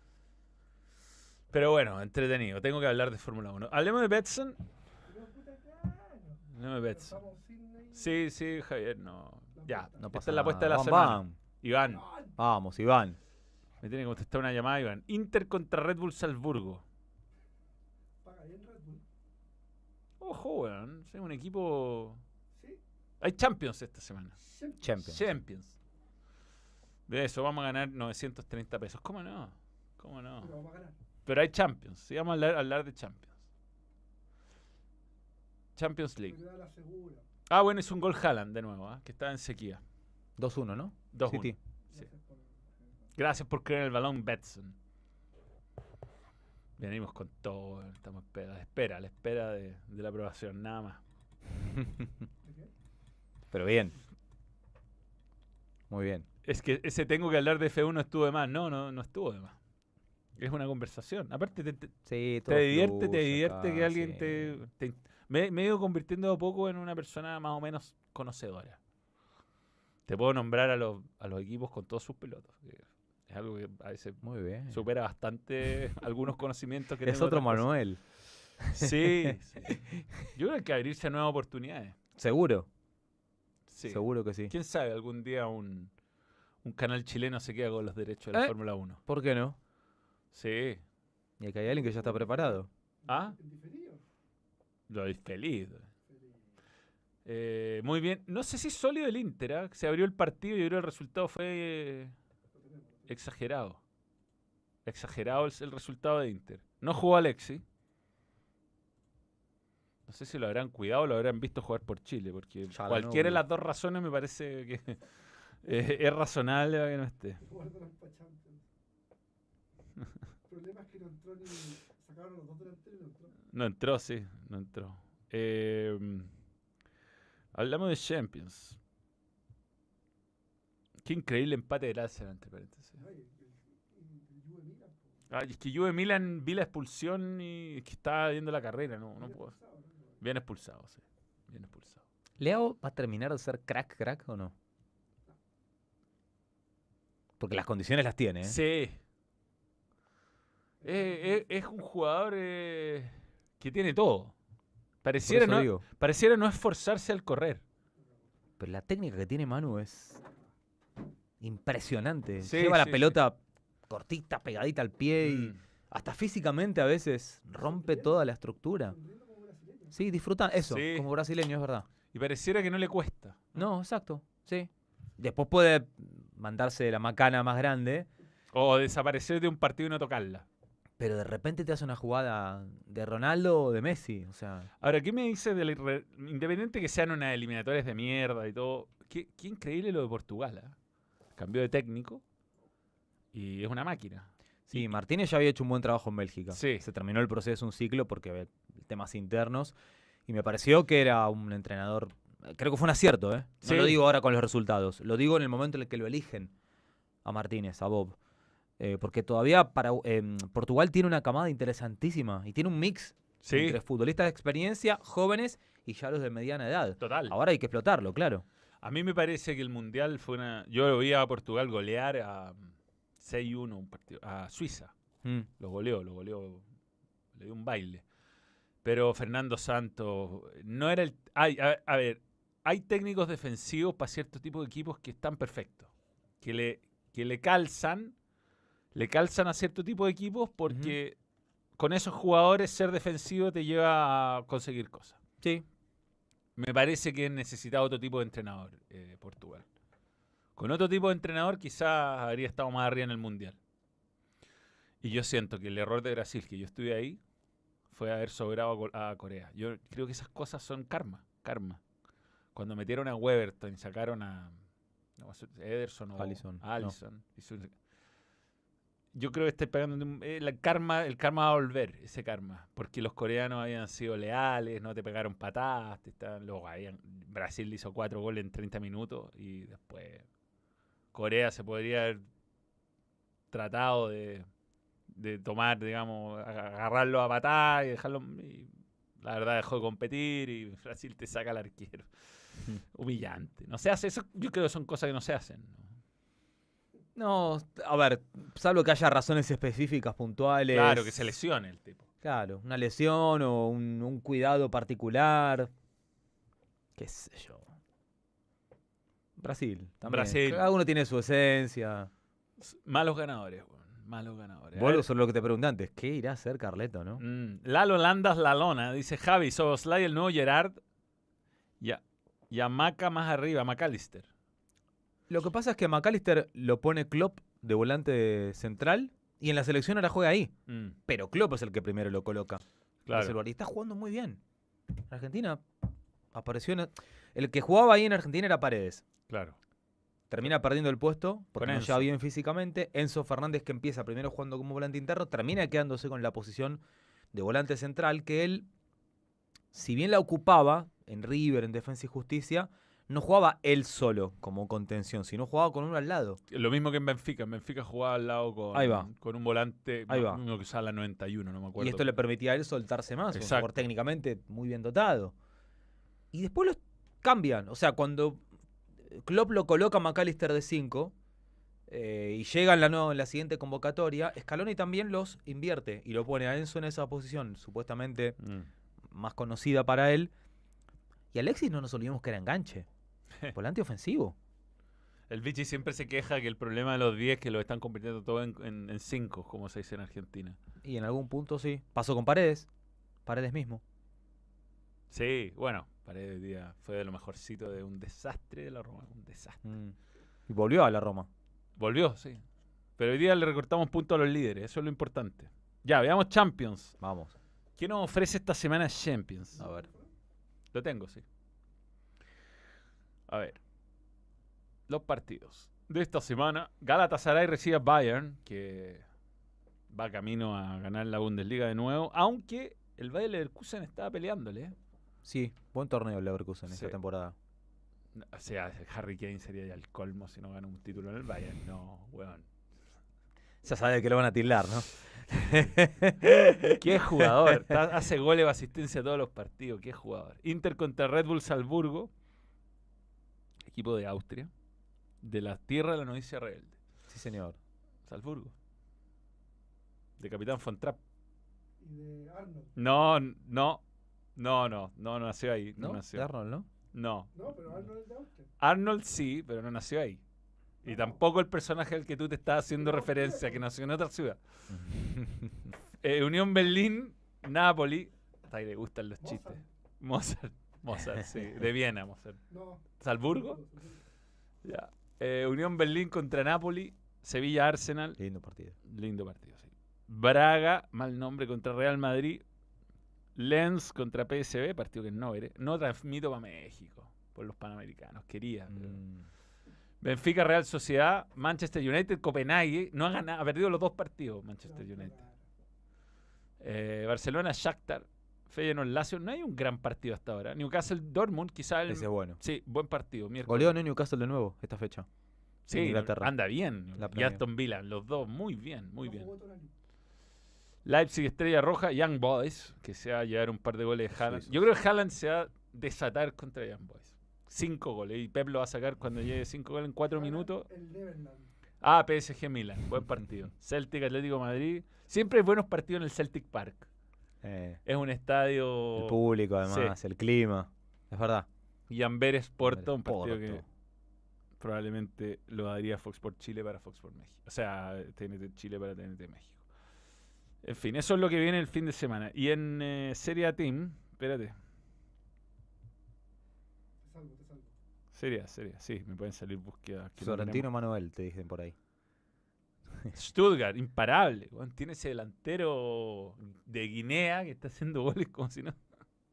Pero bueno, entretenido. Tengo que hablar de Fórmula uno. Hablemos de Betson. Hablemos de Betson. Sí, sí, Javier, no. Ya, No esta pasa es la apuesta de la nada. semana. Vamos, Iván, vamos, Iván. me tiene que contestar una llamada, Iván. Inter contra Red Bull Salzburgo. Paga bien Red Bull. Ojo, weón. Es un equipo... Sí. Hay Champions esta semana. Siempre. Champions. Champions. De eso vamos a ganar novecientos treinta pesos. ¿Cómo no? ¿Cómo no? Pero vamos a ganar. Pero hay Champions. Sí, vamos a hablar, hablar de Champions. Champions League. Pero la segura. Ah, bueno, es un gol Haaland de nuevo, ¿eh? Que está en sequía. dos uno, ¿no? dos uno. City. Sí. Gracias por- Gracias por creer en el balón, Betson. Venimos con todo. weón. Estamos a la espera, a la espera de, de la aprobación, nada más. ¿De qué? Pero bien. Muy bien. Es que ese tengo que hablar de F uno estuvo de más. No, no, no estuvo de más. Es una conversación. Aparte, te, te- Sí, te todo divierte, te fluye divierte acá, que alguien sí. te, te- Me, me he ido convirtiendo de a poco en una persona más o menos conocedora. Te puedo nombrar a los, a los equipos con todos sus pilotos. que Es algo que a veces Muy bien. supera bastante algunos conocimientos que Es tengo de otro otras cosas. Manuel. Sí, sí. Yo creo que hay que abrirse a nuevas oportunidades. Seguro, Sí. seguro que sí. ¿Quién sabe? Algún día un, un canal chileno se queda con los derechos de la ¿Eh? Fórmula uno. ¿Por qué no? Sí. Y acá hay alguien que ya está preparado. ¿Ah? ¿En diferido? Lo es feliz. Feliz. Eh, muy bien. No sé si es sólido el Inter, ¿ah? Se abrió el partido y yo creo que el resultado fue eh, Lo tenemos. exagerado. Exagerado el, el resultado de Inter. No jugó Alexis. No sé si lo habrán cuidado o lo habrán visto jugar por Chile, porque Ya, cualquiera de no, las dos razones me parece que eh, es razonable para que no esté. Jugar de los Champions. El problema es que no entró ni. Sacaron a los dos delanteros y no entró. No entró, sí, no entró. Eh, hablamos de Champions. Qué increíble empate del Arsenal, entre paréntesis. Ay, el, el, el Juve Milan, po. Ah, es que Juve Milan vi la expulsión y es que estaba viendo la carrera, no, no Bien puedo. expulsado, ¿no? Bien expulsado, sí. Bien expulsado. ¿Leao va a terminar de ser crack, crack o no? Porque las condiciones las tiene, ¿eh? Sí. Eh, eh, es un jugador eh, que tiene todo. Por Pareciera eso no, digo. pareciera no esforzarse al correr. Pero la técnica que tiene Manu es impresionante. Sí, Lleva la sí, pelota cortita, pegadita al pie y Mm. hasta físicamente a veces rompe toda la estructura. Sonriendo como brasileño. Sí, disfruta eso, Sí. como brasileño, es verdad. Y pareciera que no le cuesta. No, exacto, sí. Después puede mandarse la macana más grande, O desaparecer de un partido y no tocarla. pero de repente te hace una jugada de Ronaldo o de Messi. O sea, Ahora, ¿qué me dice del irre- independiente que sean unas eliminatorias de mierda y todo? Qué, qué increíble lo de Portugal, ¿ah? Cambió de técnico y es una máquina. sí, Y- Martínez ya había hecho un buen trabajo en Bélgica. Sí. Se terminó el proceso, un ciclo, porque eh, temas internos. Y me pareció que era un entrenador. Creo que fue un acierto, ¿eh? No Sí. lo digo ahora con los resultados. Lo digo en el momento en el que lo eligen a Martínez, a Bob. Eh, porque todavía para, eh, Portugal tiene una camada interesantísima y tiene un mix Sí, entre futbolistas de experiencia, jóvenes y ya los de mediana edad. total. Ahora hay que explotarlo, claro. A mí me parece que el Mundial fue una... Yo lo vi a Portugal golear a seis uno un partido, a Suiza. Mm. Lo goleó, lo goleó. Le dio un baile. Pero Fernando Santos no era el... Hay, a, a ver, hay técnicos defensivos para cierto tipo de equipos que están perfectos. Que le, que le calzan, le calzan a cierto tipo de equipos porque con esos jugadores ser defensivo te lleva a conseguir cosas. Sí. Me parece que necesita otro tipo de entrenador, eh, Portugal. Con otro tipo de entrenador quizás habría estado más arriba en el Mundial. Y yo siento que el error de Brasil, que yo estuve ahí, fue haber sobrado a Co- a Corea. Yo creo que esas cosas son karma, karma. Cuando metieron a Weberton y sacaron a no, Ederson o Alisson, no. Alisson, y su- yo creo que está pegando un- eh, el karma, el karma va a volver, ese karma, porque los coreanos habían sido leales, no te pegaron patadas, te estaban, luego habían, Brasil le hizo cuatro goles en treinta minutos y después Corea se podría haber tratado de, de tomar, digamos, aga- agarrarlo a patadas y dejarlo, y la verdad dejó de competir y Brasil te saca al arquero. Humillante. No se hace eso, yo creo que son cosas que no se hacen. ¿no? No, a ver, salvo que haya razones específicas, puntuales. Claro, que se lesione el tipo. Claro, una lesión o un, un cuidado particular. Qué sé yo. Brasil, también. Brasil. Cada uno tiene su esencia. S- Malos ganadores, weón. Malos ganadores. A Vuelvo ver, sobre lo que te pregunté antes. ¿Qué irá a hacer Carleto, no? mm, Lalo Landas La Lona dice Javi, Soboslai el nuevo Gerard. Ya. Y a Maca más arriba, McAllister. Lo que pasa es que McAllister lo pone Klopp de volante central y en la selección ahora juega ahí. Mm, Pero Klopp es el que primero lo coloca. claro. Es el lugar. Y está jugando muy bien. Argentina apareció. en- El que jugaba ahí en Argentina era Paredes. Claro. Termina perdiendo el puesto porque Con no Enzo. llega bien físicamente. Enzo Fernández, que empieza primero jugando como volante interno, termina quedándose con la posición de volante central, que él, si bien la ocupaba en River, en Defensa y Justicia, no jugaba él solo como contención, sino jugaba con uno al lado. Lo mismo que en Benfica. En Benfica jugaba al lado con, Ahí va. con un volante. Ahí no, va. uno que usaba la noventa y uno, no me acuerdo. Y esto le permitía a él soltarse más, un Exacto. jugador técnicamente muy bien dotado. Y después los cambian. O sea, cuando Klopp lo coloca a McAllister de cinco, eh, y llega en la, no, en la siguiente convocatoria, Scaloni también los invierte y lo pone a Enzo en esa posición, supuestamente Mm. más conocida para él. Y Alexis no nos olvidemos que era enganche, volante ofensivo. El Vichy siempre se queja que el problema de los diez es que lo están convirtiendo todo en, en, en cinco, como se dice en Argentina. Y en algún punto sí. Pasó con Paredes, Paredes mismo. Sí, bueno, Paredes hoy día fue de lo mejorcito de un desastre de la Roma, un desastre. Mm. Y volvió a la Roma. Volvió, sí. Pero hoy día le recortamos puntos a los líderes, eso es lo importante. Ya, veamos Champions. Vamos. ¿Qué nos ofrece esta semana Champions? A ver. Lo tengo, sí. A ver. Los partidos de esta semana. Galatasaray recibe a Bayern, que va camino a ganar la Bundesliga de nuevo, aunque el Bayer Leverkusen estaba peleándole. ¿eh? Sí, buen torneo el Leverkusen Sí. esta temporada. O sea, Harry Kane sería ya el colmo si no gana un título en el Bayern. No, weón. Ya sabe que lo van a tildar, ¿no? Qué jugador. Está- hace goles o asistencia a todos los partidos. Qué jugador. Inter contra Red Bull Salzburgo. Equipo de Austria. De la tierra de la novicia rebelde. Sí, señor. Salzburgo. De Capitán Von Trapp. Y de Arnold. No, no. No, no. No nació ahí. No, ¿No? nació. De Arnold, ¿no? No. No, pero Arnold es de Austria. Arnold sí, pero no nació ahí. Y tampoco el personaje al que tú te estás haciendo referencia, que nació en otra ciudad. Eh, Unión Berlín, Napoli. Ahí le gustan los chistes. Mozart. Mozart, sí. De Viena, Mozart. No. ¿Salzburgo? Ya. Eh, Unión Berlín contra Napoli. Sevilla Arsenal. Lindo partido. Lindo partido, sí. Braga, mal nombre, contra Real Madrid. Lens contra P S V, partido que no veré. No transmito para México, por los panamericanos. Quería. pero- Mm. Benfica, Real Sociedad, Manchester United, Copenhague. No ha ganado, ha perdido los dos partidos Manchester United. Eh, Barcelona, Shakhtar, Feyenoord, Lazio. No hay un gran partido hasta ahora. Newcastle, Dortmund, quizá el... Ese es bueno. Sí, buen partido. Miércoles. Goleó en Newcastle de nuevo esta fecha. Sí, en Inglaterra. anda bien. La Y Premier. Aston Villa, los dos, muy bien, muy No bien. jugó toda la liga. Leipzig, Estrella Roja, Young Boys, que se va a llevar un par de goles de Haaland. Suizos. Yo creo que Haaland se va a desatar contra Young Boys. Cinco goles. Y Pep lo va a sacar cuando llegue cinco goles en cuatro Gana minutos. El Neverland. Ah, P S G Milan, buen partido. Celtic, Atlético de Madrid. Siempre hay buenos partidos en el Celtic Park. Eh, Es un estadio... el público, además, el clima. Es verdad. Y Amberes Porto, un partido Porto. que probablemente lo daría Fox Sports Chile para Fox Sports México. O sea, T N T Chile para T N T México. En fin, eso es lo que viene el fin de semana. Y en eh, Serie A Team, espérate. Te salvo, te salvo. Serie A, Serie A, sí, me pueden salir búsquedas. que no Sorrentino Manuel, te dicen por ahí. tenemos. Stuttgart, imparable. weón. Tiene ese delantero de Guinea que está haciendo goles como si no.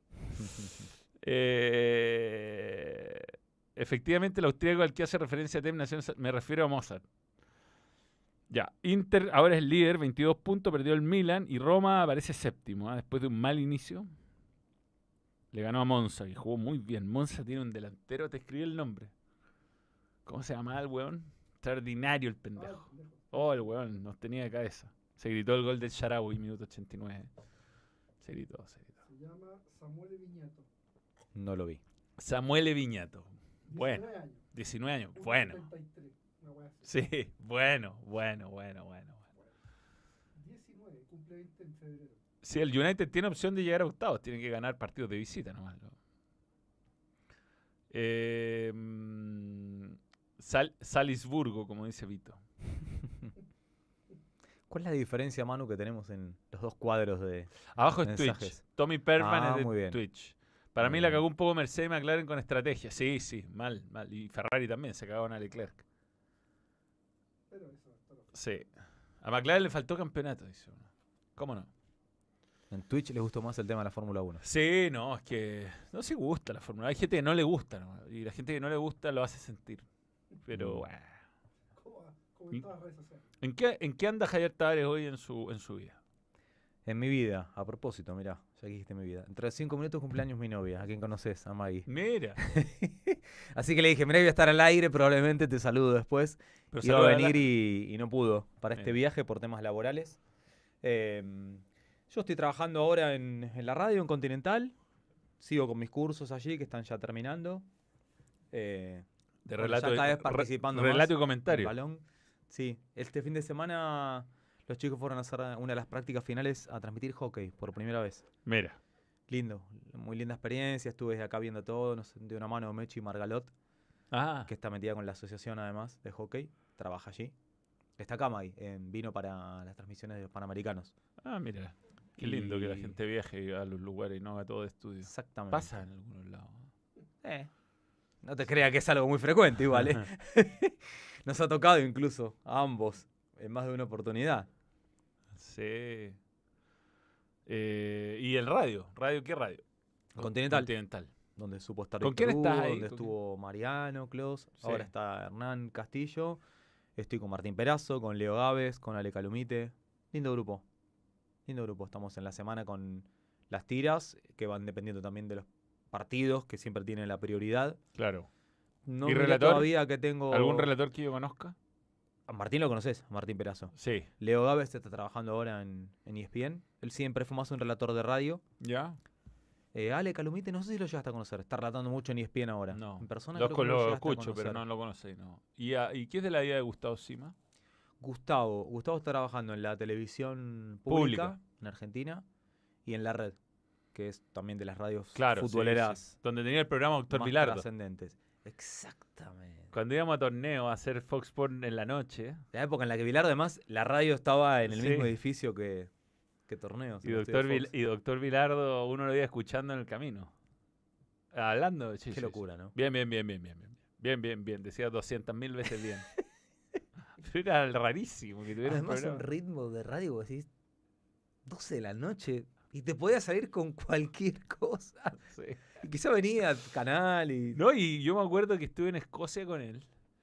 Eh, efectivamente, el austríaco al que hace referencia a Tem Nación, me refiero a Mozart. Ya, Inter ahora es líder, veintidós puntos, perdió el Milan y Roma aparece séptimo, ¿ah? Después de un mal inicio. Le ganó a Monza, que jugó muy bien. Monza tiene un delantero, te escribí el nombre. ¿Cómo se llama el weón? Extraordinario el Ah, pendejo. pendejo. Oh, el weón, nos tenía de cabeza. Se gritó el gol del Sharawi, minuto ochenta y nueve. Se gritó, se gritó. Se llama Samuel Viñato. No lo vi. Samuel Viñato. Bueno, diecinueve años. diecinueve años. uno Bueno. setenta y tres, una wea así. Sí, bueno, bueno, bueno, bueno. bueno. diecinueve, cumple veinte en febrero. Si el United tiene opción de llegar a octavos, tiene que ganar partidos de visita nomás. ¿no? Eh, mm, Sal- Salisburgo, como dice Vito. ¿Cuál es la diferencia, Manu, que tenemos en los dos cuadros de... Abajo es Twitch. Mensajes. Tommy Perman Ah, es de muy bien. Twitch. Para Muy mí la bien. cagó un poco Mercedes McLaren con estrategia. Sí, sí, mal, mal. Y Ferrari también se cagó a Leclerc. Pero eso, esto lo Sí. A McLaren le faltó campeonato, dice uno. ¿Cómo no? En Twitch les gustó más el tema de la Fórmula uno. Sí, no, es que no se gusta la Fórmula. Hay gente que no le gusta, ¿no? Y la gente que no le gusta lo hace sentir. Pero, Mm. bueno. Como, como en todas las redes sociales. ¿En qué, ¿En qué anda Javier Tavares hoy en su, en su vida? En mi vida, a propósito, mirá, ya que dijiste mi vida. Dentro de cinco minutos cumpleaños mi novia, a quien conoces, a Maggie. Mira. Así que le dije, mirá, voy a estar al aire, probablemente te saludo después. Pero Iba a saluda venir la- y, y no pudo para este Bien. viaje por temas laborales. Eh, yo estoy trabajando ahora en, en la radio, en Continental. Sigo con mis cursos allí, que están ya terminando. Eh, de bueno, relato, ya cada y- vez participando re- relato más y comentario. el balón. Sí, este fin de semana los chicos fueron a hacer una de las prácticas finales a transmitir hockey por primera vez. Mira. Lindo, muy linda experiencia. Estuve desde acá viendo todo, nos de una mano Mechi Margalot, Ah, que está metida con la asociación además de hockey, trabaja allí. Está acá, Maggie, en- vino para las transmisiones de los Panamericanos. ah, mira. Qué lindo que la Y- gente viaje a los lugares y no haga todo de estudio. Exactamente. Pasa en algunos lados. Eh, no te creas que es algo muy frecuente igual, ¿eh? Nos ha tocado incluso a ambos en más de una oportunidad. Sí. Eh, ¿Y el radio? ¿Radio qué radio? Continental. Continental. Donde supo estar ¿Con Víctor quién estás Hugo, ahí? donde ¿Con estuvo Mariano, Klaus, Sí. ahora está Hernán Castillo, estoy con Martín Perazo, con Leo Gávez, con Ale Calumite. Lindo grupo, lindo grupo. Estamos en la semana con las tiras, que van dependiendo también de los partidos, que siempre tienen la prioridad. Claro. No ¿Y miré relator? todavía que tengo... ¿Algún relator que yo conozca? A Martín lo conoces, a Martín Perazo. Sí. Leo Gávez está trabajando ahora en, en E S P N. Él siempre fue más un relator de radio. ¿Ya? Eh, Ale Calumite, no sé si lo llegaste a conocer. Está relatando mucho en E S P N ahora. No. En persona Lo, creo que no lo llegaste a escucho, pero conocer. no lo conocí, no. ¿Y, a- ¿Y qué es de la vida de Gustavo Sima? Gustavo. Gustavo está trabajando en la televisión Pública. pública, en Argentina y en la red, que es también de las radios Claro. sí, futboleras sí. Donde tenía el programa Doctor más Vilardo. trascendentes. Exactamente. Cuando íbamos a torneo a hacer Fox Sports en la noche. La época en la que Vilardo, además, la radio estaba en el Sí. mismo edificio que, que torneos. Y en el doctor, estudio Vil- Fox. y doctor Vilardo uno lo iba escuchando en el camino. Hablando. Sí, Qué sí, sí. locura, ¿no? Bien, bien, bien, bien, bien, bien. Bien, bien, bien. Decía doscientas mil veces bien. Pero era rarísimo que tuviera un Además, un programa. ritmo de radio, vos decís, doce de la noche, y te podías salir con cualquier cosa. Sí. Y quizá venía al canal y... No, y yo me acuerdo que estuve en Escocia con él.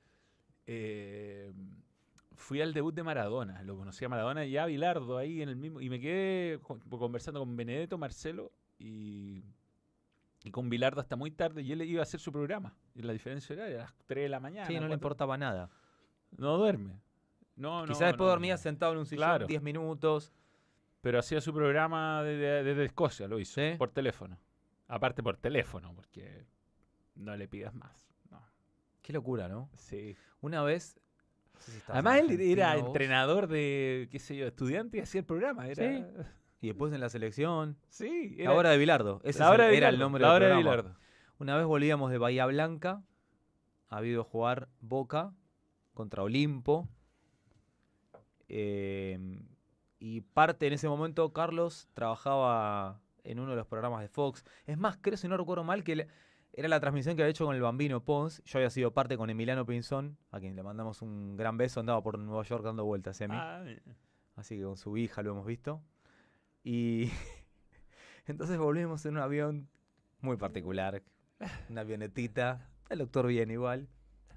Eh, fui al debut de Maradona. Lo conocí a Maradona y a Bilardo ahí en el mismo. Y me quedé con- conversando con Benedetto, Marcelo y, y con Bilardo hasta muy tarde. Y él iba a hacer su programa. Y la diferencia horaria, a las tres de la mañana. Sí, no le cuatro. importaba nada. No duerme. No, no, Quizá después no, dormía no. sentado en un sillón Claro. diez minutos. Pero hacía su programa desde, desde Escocia, lo hizo. ¿Sí? Por teléfono. Aparte por teléfono, porque no le pidas más. No. Qué locura, ¿no? Sí. Una vez... no sé si estabas Además, en él Argentina era vos, entrenador de, qué sé yo, estudiante y hacía el programa. Era... Sí. Y después en la selección. Sí, La era hora de Bilardo. Ese la es el- hora de era el Bilardo, nombre la del hora de programa. Bilardo. Una vez volvíamos de Bahía Blanca. Ha habido jugar Boca contra Olimpo. Eh, y parte en ese momento, Carlos trabajaba en uno de los programas de Fox. Es más, creo, si no recuerdo mal, que le- era la transmisión que había hecho con el Bambino Pons. Yo había sido parte con Emiliano Pinzón, a quien le mandamos un gran beso. Andaba por Nueva York dando vueltas, Emi. Ah, mira. Así que con su hija lo hemos visto. Y entonces volvimos en un avión muy particular. Una avionetita. El doctor bien igual.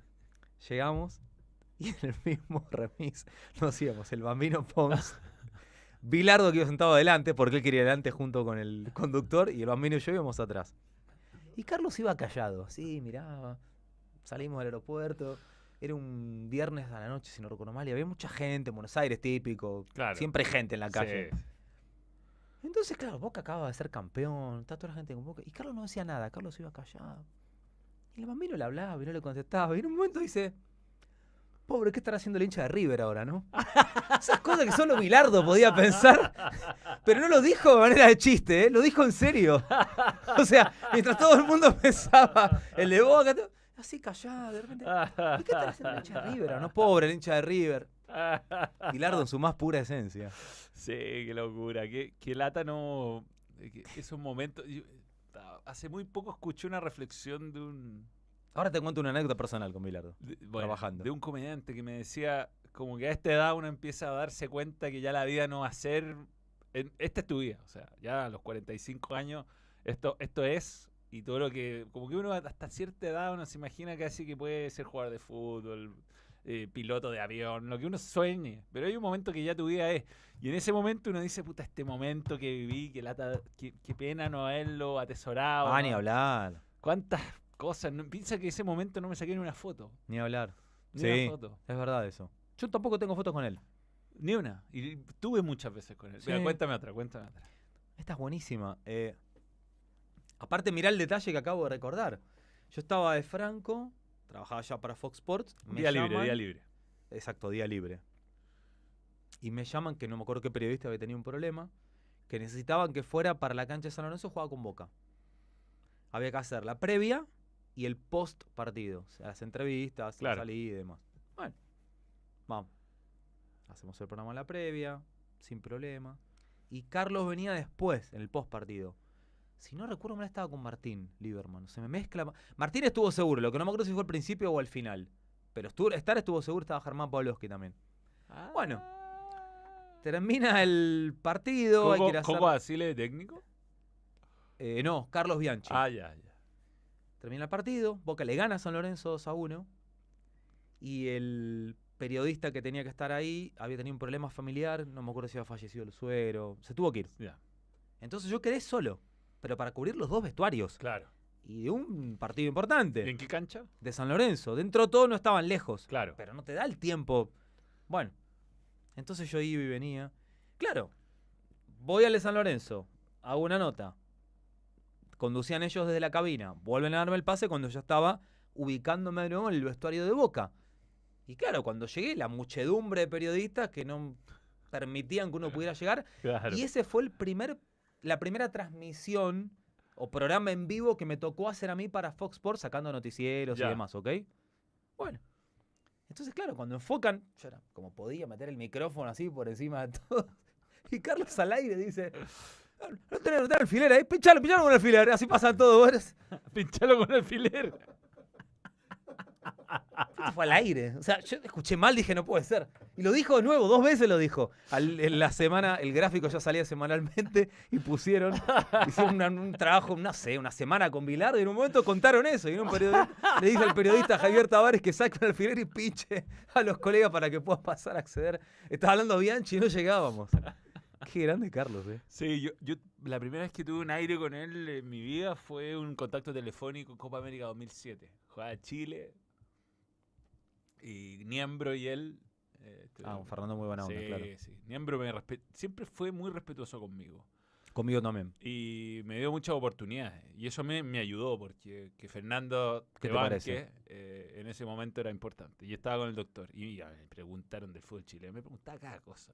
Llegamos y en el mismo remis nos íbamos el Bambino Pons. Bilardo que iba sentado adelante porque él quería adelante junto con el conductor y el Bambino y yo íbamos atrás. Y Carlos iba callado, así miraba. Salimos del aeropuerto. Era un viernes a la noche, si no recuerdo mal, y había mucha gente en Buenos Aires, típico. Claro. Siempre hay gente en la calle. Sí. Entonces, claro, Boca acaba de ser campeón, está toda la gente con Boca. Y Carlos no decía nada, Carlos iba callado. Y el Bambino le hablaba y no le contestaba. Y en un momento dice, pobre, ¿qué estará haciendo el hincha de River ahora, no? Esas cosas que solo Bilardo podía pensar. Pero no lo dijo de manera de chiste, ¿eh? Lo dijo en serio. O sea, mientras todo el mundo pensaba, el de Boca, todo- así callado, de repente. ¿Y qué estará haciendo el hincha de River? No, pobre el hincha de River. Bilardo en su más pura esencia. Sí, qué locura. Qué, qué lata no. que esos momentos. yo- hace muy poco escuché una reflexión de un. Ahora te cuento una anécdota personal con Bilardo. de- bueno, Trabajando. de un comediante que me decía como que a esta edad uno empieza a darse cuenta que ya la vida no va a ser en- esta es tu vida, o sea, ya a los cuarenta y cinco años esto esto es y todo lo que como que uno hasta cierta edad uno se imagina casi que puede ser jugador de fútbol, eh, piloto de avión, lo que uno sueñe, pero hay un momento que ya tu vida es y en ese momento uno dice, puta, este momento que viví, que lata, qué, qué pena no haberlo atesorado. Ah, ¿no? ni hablar. ¿Cuántas cosas? No, piensa que ese momento no me saqué ni una foto. Ni hablar. Ni Sí. una foto. Es verdad eso. Yo tampoco tengo fotos con él. Ni una. Y tuve muchas veces con él. Mira, Sí. cuéntame otra, cuéntame otra. Esta es buenísima. Eh, aparte, mirá el detalle que acabo de recordar. Yo estaba de Franco, trabajaba ya para Fox Sports. Me Día libre, llaman, día libre. exacto, día libre. Y me llaman, que no me acuerdo qué periodista había tenido un problema, que necesitaban que fuera para la cancha de San Lorenzo, jugaba con Boca. Había que hacer la previa y el post partido, o sea, las entrevistas, Claro. la salida y demás. Bueno, vamos. Hacemos el programa en la previa, sin problema. Y Carlos venía después, en el post partido. Si no recuerdo mal, estaba con Martín Lieberman. Se me mezcla. Martín estuvo seguro, lo que no me acuerdo si fue al principio o al final. Pero estuvo, estar estuvo seguro, estaba Germán Pavlovsky también. Ah. Bueno, termina el partido. Hay que ir a hacer... ¿Coco Basile de técnico? Eh, no, Carlos Bianchi. Ah, ya, ya. Termina el partido, Boca le gana a San Lorenzo dos a uno. Y el periodista que tenía que estar ahí había tenido un problema familiar. No me acuerdo si había fallecido el suegro. Se tuvo que ir. Ya, Entonces yo quedé solo, pero para cubrir los dos vestuarios. claro. Y de un partido importante. ¿Y en qué cancha? De San Lorenzo. Dentro de todo no estaban lejos. Claro. Pero no te da el tiempo. Bueno, entonces yo iba y venía. Claro, voy al de San Lorenzo, hago una nota. Conducían ellos desde la cabina. Vuelven a darme el pase cuando yo estaba ubicándome de nuevo en el vestuario de Boca. Y claro, cuando llegué, la muchedumbre de periodistas que no permitían que uno pudiera llegar. Claro. Y ese fue el primer, la primera transmisión o programa en vivo que me tocó hacer a mí para Fox Sports, sacando noticieros Ya. y demás, ¿ok? Bueno. Entonces, claro, cuando enfocan, yo era como podía meter el micrófono así por encima de todo. Y Carlos al aire dice, no tenés, no tenés alfiler ahí, pinchalo, pinchalo con el alfiler, así pasan todos. Pinchalo con alfiler. Esto fue al aire. O sea, yo escuché mal, dije, no puede ser. Y lo dijo de nuevo, dos veces lo dijo. Al- en la semana, el gráfico ya salía semanalmente y pusieron, hicieron una- un trabajo, no sé, una semana con Bilardo y en un momento contaron eso. Y en un periodista, le dice al periodista Javier Tavares que saque un alfiler y pinche a los colegas para que puedan pasar a acceder. Estaba hablando Bianchi y no llegábamos. Qué grande Carlos, eh. Sí, yo, yo la primera vez que tuve un aire con él en mi vida fue un contacto telefónico en Copa América dos mil siete. Jugaba Chile y Niembro y él. Eh, Ah, estuvieron- un Fernando muy buena onda, sí, claro. sí. Niembro me respe- siempre fue muy respetuoso conmigo. Conmigo también. Y me dio muchas oportunidades. Y eso me, me ayudó porque que Fernando ¿Qué te te parece? banque, eh, en ese momento era importante. Y estaba con el doctor. Y ya me preguntaron del fútbol chileno. Me preguntaba cada cosa.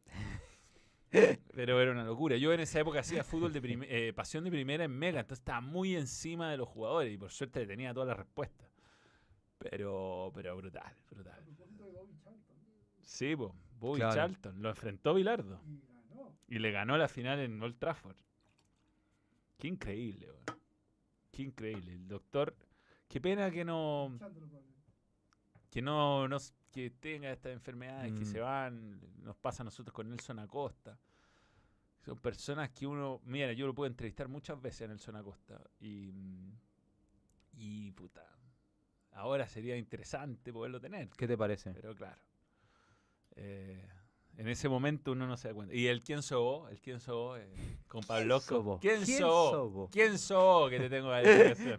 Pero era una locura. Yo en esa época hacía fútbol de prim- eh, pasión de primera en Mega. Entonces estaba muy encima de los jugadores. Y por suerte tenía todas las respuestas. Pero, pero brutal, brutal. A propósito de Bobby Charlton. Sí, pues. Bobby Claro. Charlton. Lo enfrentó Bilardo. Y ganó. Y le ganó la final en Old Trafford. Qué increíble, weón. Qué increíble. El doctor. Qué pena que no. Echándolo por el- Que no. no s- que tenga estas enfermedades que Mm. se van. Nos pasa a nosotros con Nelson Acosta. Son personas que uno. Mira, yo lo puedo entrevistar muchas veces a Nelson Acosta. Y. mm, Y puta. Ahora sería interesante poderlo tener. ¿Qué te parece? Pero claro. eh, en ese momento uno no se da cuenta. Y el quién sos, el quién sos, eh, con Pablo. sos vos? ¿Quién ¿Quién sos? sos vos? ¿Quién sos que te tengo que decir?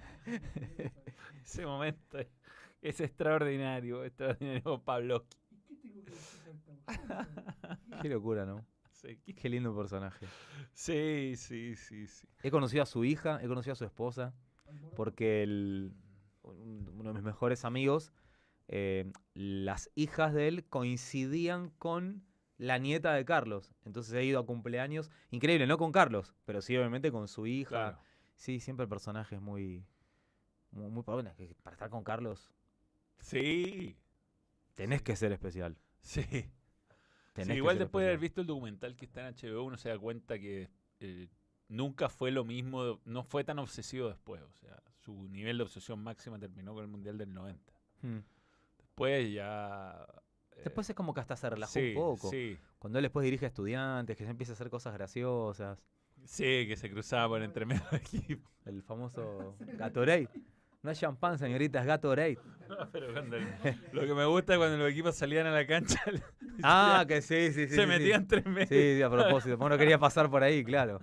Ese momento es, es extraordinario, extraordinario con Pablo. ¿Y qué tengo que decir exactamente? Qué locura, ¿no? Sí, Qué lindo personaje. sí, sí, sí. sí. He conocido a su hija, he conocido a su esposa, Al Morón. porque el, un- uno de mis mejores amigos, eh, las hijas de él coincidían con la nieta de Carlos. Entonces he ido a cumpleaños, increíble, no con Carlos, pero sí obviamente con su hija. Claro. Sí, siempre el personaje es muy, muy, muy bueno, es que para estar con Carlos Sí, tenés que ser especial. sí. Tenés Sí, que igual ser después de haber especial. visto el documental que está en H B O, uno se da cuenta que eh, nunca fue lo mismo, no fue tan obsesivo después. O sea, su nivel de obsesión máxima terminó con el Mundial del noventa. Hmm. Después ya... eh, Después es como que hasta se relajó sí, un poco. Sí, Cuando él después dirige a estudiantes, que ya empieza a hacer cosas graciosas. sí, que se cruzaba por entre medio del equipo. El famoso Gatorade. No es champán, señorita, es Gatorade. Pero cuando el- lo que me gusta es cuando los equipos salían a la cancha Ah, que sí, sí, sí. se sí, metían sí. tres meses. Sí, sí, a propósito. Porque no quería pasar por ahí, claro.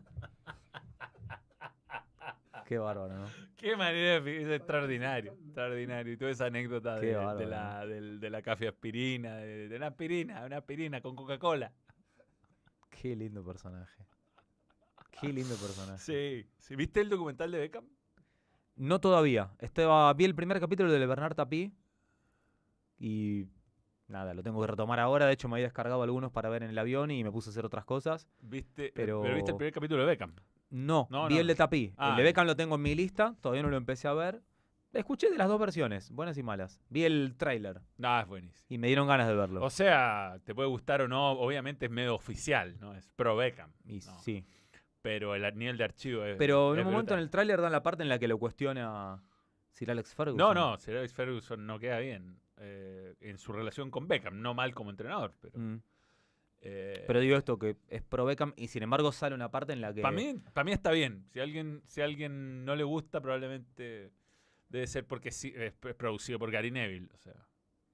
Qué bárbaro, ¿no? Qué manera, de- es extraordinario, extraordinario. Y toda esa anécdota Qué de, de bárbaro, la, del- de la café aspirina, de, de una aspirina, una aspirina con Coca-Cola. Qué lindo personaje. Qué lindo personaje. Sí, sí. ¿Viste el documental de Beckham? No todavía. Estaba, vi el primer capítulo de Bernard Tapie y nada, lo tengo que retomar ahora. De hecho, me había descargado algunos para ver en el avión y me puse a hacer otras cosas. ¿Viste, Pero- pero... viste el primer capítulo de Beckham. No, No, vi no, el de no. Tapí. Ah, el de ya. Beckham lo tengo en mi lista, todavía no lo empecé a ver. Escuché de las dos versiones, buenas y malas. Vi el tráiler No, es buenísimo. y me dieron ganas de verlo. O sea, te puede gustar o no, obviamente es medio oficial, ¿no? Es pro Beckham. Y No, sí. pero el nivel de archivo es Pero en es un momento brutal. en el tráiler dan la parte en la que lo cuestiona Sir Alex Ferguson. No, no, Sir Alex Ferguson no queda bien eh, en su relación con Beckham. No mal como entrenador, pero... Mm. eh, Pero digo esto, que es pro Beckham y sin embargo sale una parte en la que... Para mí, para mí está bien. Si a alguien, si a alguien no le gusta, probablemente debe ser porque sí, es, es producido por Gary Neville. O sea,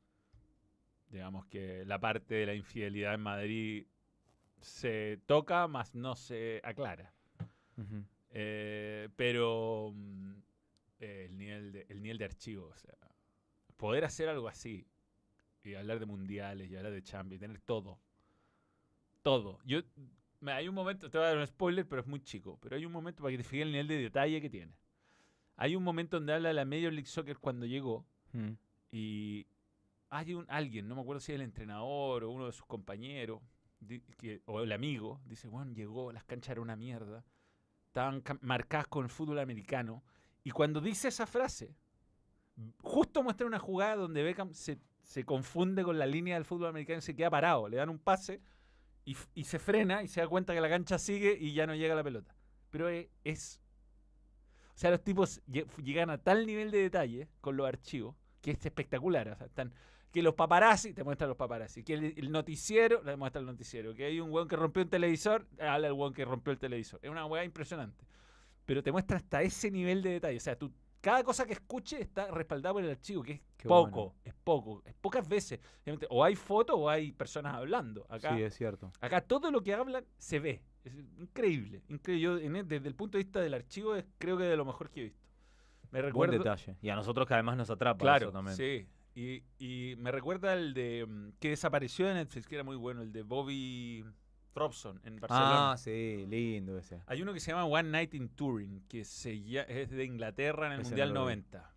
digamos que la parte de la infidelidad en Madrid se toca, más no se aclara. Ujú. Eh, pero mm, eh, el, nivel de, el nivel de archivo, o sea, poder hacer algo así y hablar de mundiales y hablar de Champions, tener todo. Todo. Yo, me- hay un momento, te voy a dar un spoiler, pero es muy chico. Pero hay un momento para que te fijes el nivel de detalle que tiene. Hay un momento donde habla de la Major League Soccer cuando llegó Mm. y hay un alguien, no me acuerdo si es el entrenador o uno de sus compañeros di- que- o el amigo, dice, bueno, llegó, las canchas eran una mierda, estaban cam- marcadas con el fútbol americano. Y cuando dice esa frase, justo muestra una jugada donde Beckham se, se confunde con la línea del fútbol americano y se queda parado. Le dan un pase y, f- y se frena y se da cuenta que la cancha sigue y ya no llega la pelota. Pero e- es... O sea, los tipos lle- llegan a tal nivel de detalle con los archivos que es espectacular. O sea, están, que los paparazzi, te muestran los paparazzi. Que el, el noticiero, te muestra el noticiero. Que hay un weón que rompió un televisor, habla el weón que rompió el televisor. Es una weá impresionante. Pero te muestra hasta ese nivel de detalle. O sea, tú, cada cosa que escuche está respaldada por el archivo, que es Qué poco, bueno. es poco. Es pocas veces. Obviamente, o hay fotos o hay personas hablando. Acá, Sí, es cierto. acá todo lo que hablan se ve. Es increíble. increíble. Yo, en- desde el punto de vista del archivo, es, creo que de lo mejor que he visto. Me Buen recuerdo. detalle. Y a nosotros que además nos atrapa Claro, eso también. sí. Y, y me recuerda el de mm, que desapareció de Netflix, que era muy bueno, el de Bobby Robson en Barcelona. Ah, sí, lindo ese. Hay uno que se llama One Night in Turin, que se lla- es de Inglaterra en el Ese Mundial no lo vi. noventa.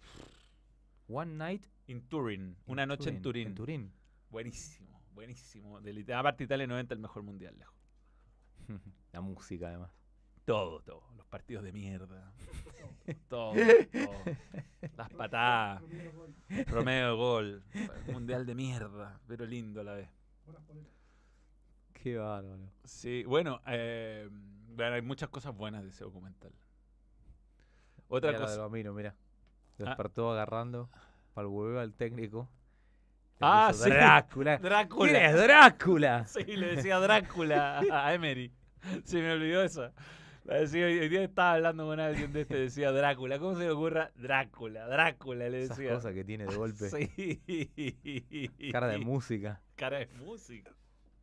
One Night In Turin, una noche en Turín. En Turín. Buenísimo, buenísimo. De Ita- aparte Italia noventa, el mejor mundial, lejos. La música además. Todo, todo. Los partidos de mierda. todo, todo. Las patadas. Romero Gol, Romeo gol. Mundial de mierda, pero lindo a la vez. buenas poleras. Qué bárbaro. Sí, bueno, eh, bueno, hay muchas cosas buenas de ese documental. Otra Mira la del cosa. Bambino, mira. Se Ah. despertó agarrando para el huevo al técnico. Le Ah, puso sí. Drácula. Drácula. ¿Quién es Drácula? Sí, le decía Drácula a a Emery. Se me olvidó esa. La decía, hoy día estaba hablando con alguien de este, decía Drácula. ¿Cómo se le ocurra? Drácula, Drácula, le Esas decía. cosas que tiene de golpe. Sí. Cara de música. Cara de música.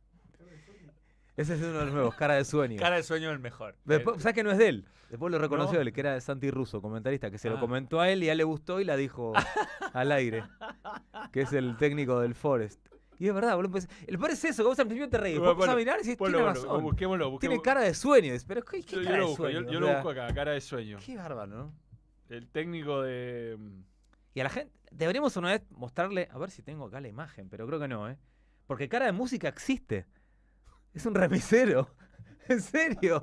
Ese es uno de los nuevos, cara de sueño. Cara de sueño es el mejor. Después, Eh, ¿sabes que no es de él? Después lo reconoció No. él, que era de Santi Russo, comentarista, que se Ah. lo comentó a él y a él le gustó y la dijo al aire. Que es el técnico del Forest. Y es verdad, boludo. pues, el peor es eso, que vos al principio te reís. Bueno, Vos vas a bueno, mirar y decís, ponlo, tiene ponlo, razón. busquémoslo, Tiene busquémoslo. cara de sueño. Pero ¿qué, qué Yo, yo cara lo de busco, sueño? yo, O yo lo sea, busco acá, cara de sueño. Qué bárbaro, ¿no? El técnico de. Y a la gente, deberíamos una vez mostrarle, a ver si tengo acá la imagen, pero creo que no, ¿eh? Porque cara de música existe. Es un remisero. En serio.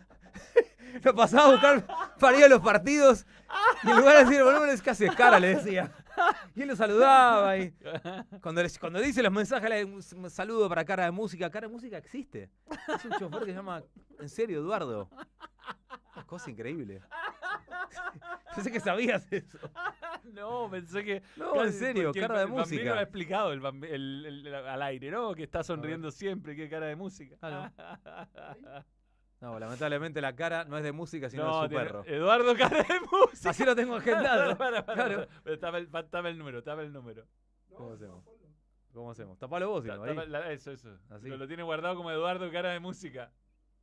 Lo pasaba a buscar para ir a los partidos y en lugar de decir volumen es casi cara, le decía. Y él lo saludaba y cuando, les- cuando dice los mensajes, le- un s- un saludo para cara de música. Cara de música existe. Es un chofer que se llama, en serio, Eduardo. Una cosa increíble. Pensé que sabías eso. No, pensé que. No, Claro, en serio, porque cara el, de el Bambino música. ha explicado el, Bambi- el- el- al aire, ¿no? Que está sonriendo siempre, qué cara de música. Ah, No, lamentablemente la cara no es de música, sino No, de su tiene- perro. Eduardo, cara de música. Así lo tengo agendado. Para, para, Claro. para. Pero Tapa el, pa- tapa el número, tapa el número. ¿Cómo hacemos? ¿Cómo hacemos? Tapalo vos, si Ta- no, ahí. tapa la- eso, eso. Así. Lo, lo tiene guardado como Eduardo, cara de música.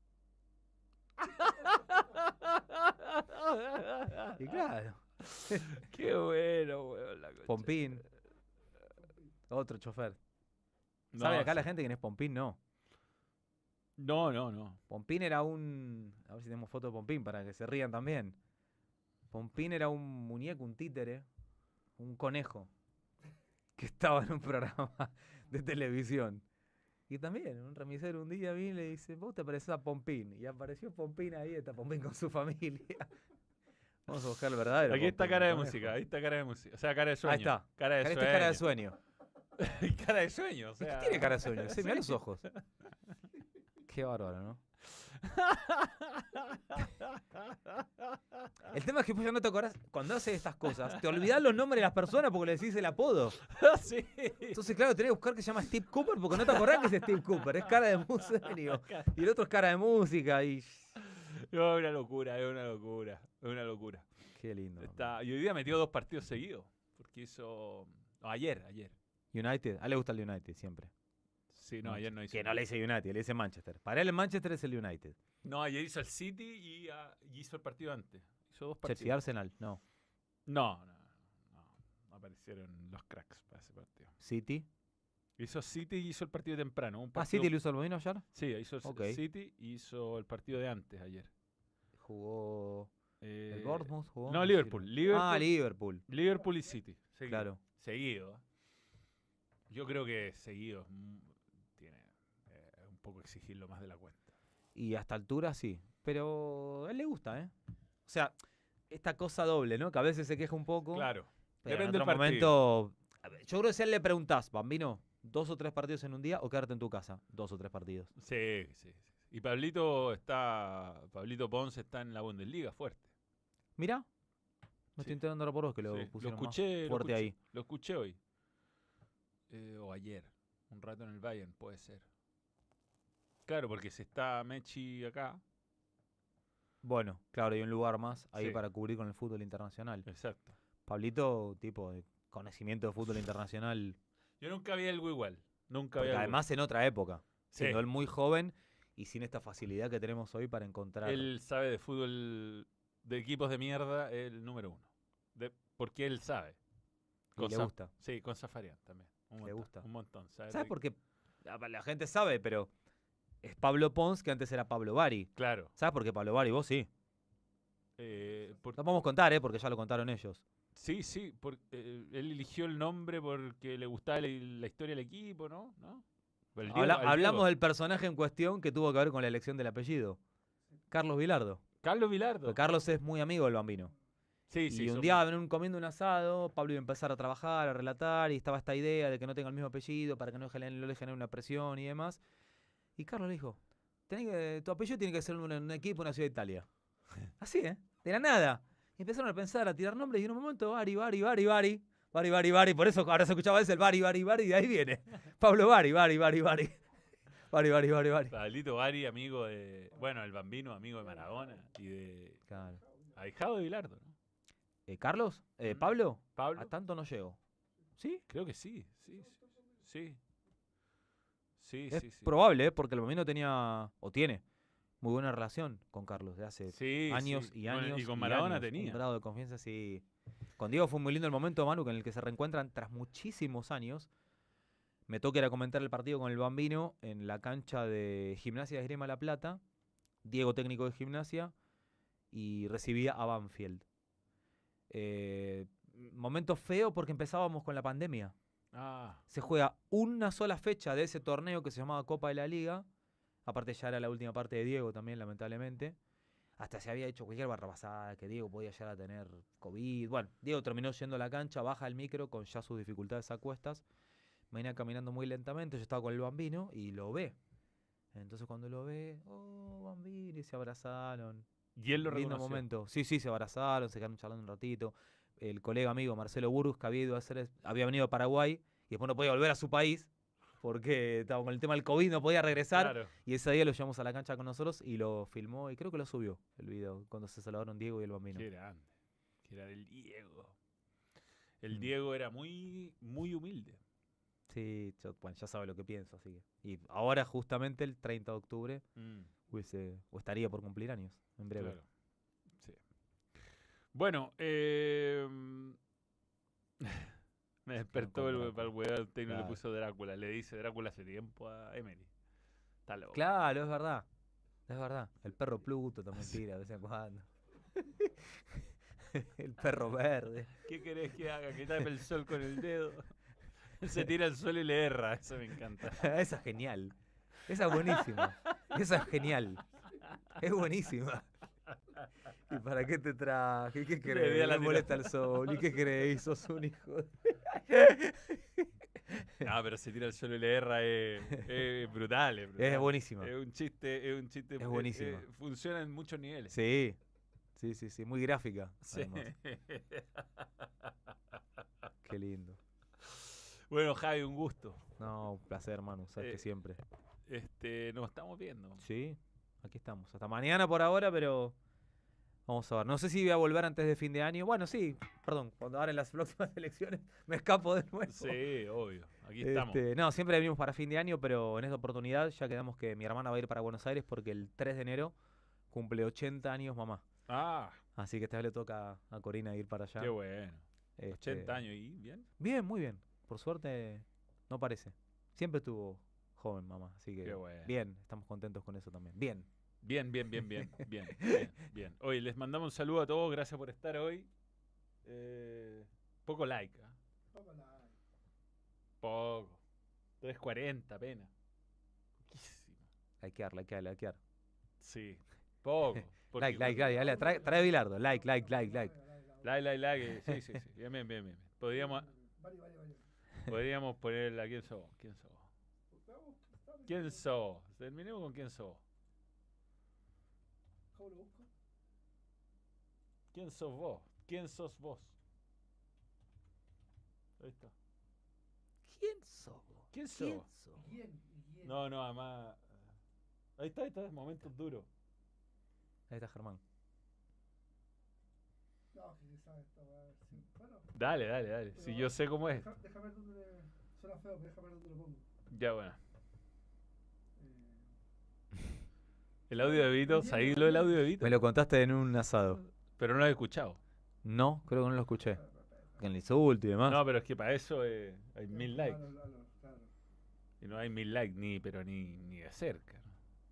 Y claro. Qué bueno, weón. La concha. Pompín. Otro chofer. No, ¿Sabe acá la sí. gente quién es Pompín? No. No, no, no. Pompín era un... A ver si tenemos foto de Pompín para que se rían también. Pompín era un muñeco, un títere, un conejo. que estaba en un programa de televisión. Y también, un remisero un día vino y le dice, vos te pareces a Pompín. Y apareció Pompín ahí, está Pompín con su familia. Vamos a buscar el verdadero. Aquí está Pompín, cara de el conejo. música, ahí está cara de música. O sea, cara de sueño. Ahí está. Cara de Este sueño. es cara de sueño. cara de sueño, o ¿Y qué sea. tiene cara de sueño? Sí, mirá los ojos. Qué bárbaro, ¿no? El tema es que vos ya no te acordás, cuando haces estas cosas, te olvidás los nombres de las personas porque le decís el apodo. sí. Entonces, claro, tenés que buscar que se llama Steve Cooper porque no te acordás que es Steve Cooper, es cara de música. Y el otro es cara de música y... No, es una locura, es una locura. Es una locura. Qué lindo. Está, y hoy día metió dos partidos seguidos. Porque hizo. No, ayer, ayer. United, a él le gusta el United siempre. Sí, no, ayer no hizo. Que no le dice United, le dice Manchester. Para él el Manchester es el United. No, ayer hizo el City y, ah, y hizo el partido antes. Hizo dos partidos. Chelsea Arsenal, no. No, no, no. No aparecieron los cracks para ese partido. City. Hizo City y hizo el partido temprano. Un Ah, partido... City lo hizo el Bovino ayer. Sí, hizo el Ok. City y hizo el partido de antes ayer. Jugó Eh, el Bournemouth, jugó. No, sé Liverpool. si- Liverpool. Ah, Liverpool. Liverpool y City. Seguido. Claro. Seguido. ¿eh? Yo creo que seguido es mu- tiene eh, un poco exigirlo más de la cuenta. Y hasta altura sí. Pero a él le gusta, ¿eh? O sea, esta cosa doble, ¿no? Que a veces se queja un poco. Claro. Pero Depende en del otro partido. momento. a ver, yo creo que si a él le preguntás, Bambino, dos o tres partidos en un día o quedarte en tu casa, dos o tres partidos. Sí, sí, sí. Y Pablito está. Pablito Ponce está en la Bundesliga fuerte. Mira, me Sí. estoy enterando ahora por vos que lo Sí, pusieron escuché, más lo fuerte escuché, ahí. Lo escuché hoy. Eh, o ayer. Un rato en el Bayern, puede ser. Claro, porque si está Mechi acá. Bueno, claro, hay un lugar más ahí Sí. para cubrir con el fútbol internacional. Exacto. Pablito, tipo de conocimiento de fútbol internacional. Yo nunca vi algo igual. Nunca Porque vi algo además en otra época, Sí. siendo él muy joven y sin esta facilidad que tenemos hoy para encontrar. Él sabe de fútbol de equipos de mierda, el número uno. De, porque él sabe. y le Sa- gusta. Sí, con Zafarian también. Un Le montón, gusta. Un montón. ¿Sabe ¿Sabes de- por qué? La la gente sabe, pero es Pablo Pons, que antes era Pablo Bari. Claro. ¿Sabes por qué Pablo Bari? Vos sí. Eh, por- Lo podemos contar, ¿eh? Porque ya lo contaron ellos. sí, sí. por- eh, él eligió el nombre porque le gustaba la, la historia del equipo, ¿no? ¿No? El Diego- Habla- al hablamos Diego. del personaje en cuestión que tuvo que ver con la elección del apellido. Carlos Vilardo. Carlos Vilardo. Porque Carlos es muy amigo del Bambino. Sí, sí. y un son- día ven comiendo un asado, Pablo iba a empezar a trabajar, a relatar, y estaba esta idea de que no tenga el mismo apellido para que no, genere- no le genere una presión y demás. Y Carlos le dijo, "Tenés que- tu apellido tiene que ser un, un equipo, una ciudad de Italia. Así, ¿eh? De la nada. Y empezaron a pensar, a tirar nombres, y en un momento, Bari, Bari, Bari, Bari, Bari, Bari, Bari, por eso ahora se escuchaba ese el Bari, Bari, Bari, y de ahí viene. Pablo Bari, Bari, Bari, Bari. Bari, Bari, Bari, Bari. Pablito Bari, amigo de. Bueno, el Bambino, amigo de Maradona. Y de. Claro. Ahijado de Vilardo, ¿no? Eh, ¿Carlos? Eh, Mm. ¿Pablo? Pablo. A tanto no llego. ¿Sí? Creo que sí, sí, sí. Sí, sí, Es sí. sí. probable, ¿eh? Porque el Bambino tenía, o tiene, muy buena relación con Carlos de hace Sí, años sí. y Con- años. Y con Maradona años. tenía. Un grado de confianza, sí. Con Diego fue muy lindo el momento, Manu, en el que se reencuentran tras muchísimos años. Me toca ir a comentar el partido con el Bambino en la cancha de Gimnasia de Esgrima La Plata. Diego, técnico de Gimnasia, y recibía a Banfield. Eh, momento feo porque empezábamos con la pandemia. Ah, Se juega una sola fecha de ese torneo que se llamaba Copa de la Liga. Aparte ya era la última parte de Diego también, lamentablemente. Hasta se había hecho cualquier barrabasada, que Diego podía llegar a tener COVID. Bueno, Diego terminó yendo a la cancha, baja el micro con ya sus dificultades a cuestas. Venía caminando muy lentamente, yo estaba con el Bambino y lo ve. Entonces cuando lo ve, oh, Bambino, y se abrazaron. y él lo Lindo reconoció. momento. Sí, sí, se abrazaron, se quedaron charlando un ratito. El colega amigo Marcelo Burgos, que había ido a hacer, había venido a Paraguay y después no podía volver a su país porque estaba con el tema del COVID, no podía regresar. Claro. Y ese día lo llevamos a la cancha con nosotros y lo filmó y creo que lo subió el video cuando se saludaron Diego y el Bambino. Qué grande. Que era el Diego. El Mm. Diego era muy, muy humilde. Sí, yo, bueno, ya sabe lo que pienso, así que. Y ahora justamente el treinta de octubre Mm, hubiese, o estaría por cumplir años, en breve. claro. Sí. Bueno, eh, me despertó con el, Drácula. el weón, el técnico le Claro. puso Drácula. Le dice Drácula hace tiempo a Emery. Está loco. Claro, es verdad. Es verdad. El perro Pluto también tira de vez en cuando. el perro verde. ¿Qué querés que haga? Que tape el sol con el dedo. Se tira al suelo y le erra. Eso me encanta. Esa es genial. Esa es buenísima. Esa es genial. Es buenísima. ¿Y para qué te traje? ¿Qué di a crees? la Me molesta el sol. ¿Y qué crees? Sos un hijo de... No, pero se tira al suelo y le erra. Es, es brutal, es brutal. Es buenísima. Es un chiste. Es un chiste. Es eh, buenísima. eh, funciona en muchos niveles. Sí. Sí, sí, sí. Muy gráfica. Sí. Además. Qué lindo. Bueno, Javi, un gusto. No, un placer, hermano. Sabes Eh, que siempre. Este, nos estamos viendo. Sí, aquí estamos. Hasta mañana por ahora, pero vamos a ver. No sé si voy a volver antes de fin de año. Bueno, sí, perdón. Cuando ahora en las próximas elecciones me escapo de nuevo. Sí, obvio. Aquí estamos. Este, no, siempre venimos para fin de año, pero en esta oportunidad ya quedamos que mi hermana va a ir para Buenos Aires porque el tres de enero cumple ochenta años mamá. Ah, Así que esta vez le toca a Corina ir para allá. qué bueno. Este, ochenta años y bien. Bien, muy bien. Por suerte, no parece. Siempre estuvo joven mamá, así que Qué bueno. bien, estamos contentos con eso también. Bien. Bien, bien, bien, bien, bien, bien, bien. Oye, les mandamos un saludo a todos, gracias por estar hoy. Eh, poco like, ¿ah? Poco la- Poco. tres cuarenta apenas. Poquísimo. Likear, likear, likear. Sí, poco. porque Like, like, cuando- like, dale, trae, trae Bilardo. Like, like, like, like. Like, like, like. eh, Sí, sí, sí. Bien, bien, bien, bien. Podríamos, Vale, vale, vale. podríamos ponerle a quién sos. ¿Quién sos? Vamos, estamos- ¿Quién sos? Terminemos con quién sos. ¿Cómo lo busco? ¿Quién sos vos? ¿Quién sos vos? Ahí está. ¿Quién sos? ¿Quién sos? Bien, bien. No, no, además. Ahí está, ahí está, momentos duros. Ahí está Germán. No, que se sabe esto, va a ver si- Bueno, Dale, dale, dale. Si pero yo sé cómo es. deja- déjame ver dónde le... Suena feo, pero déjame ver dónde lo pongo. Ya, bueno. Eh, El audio de Vito, ¿sabéis lo del audio de Vito? Me lo contaste en un asado. Pero no lo he escuchado. No, creo que no lo escuché. espera, espera, espera. Que en el insulto y demás. No, pero es que para eso eh, hay mil likes. Claro, claro, claro. Y no hay mil likes ni, pero ni, ni de cerca. ¿no?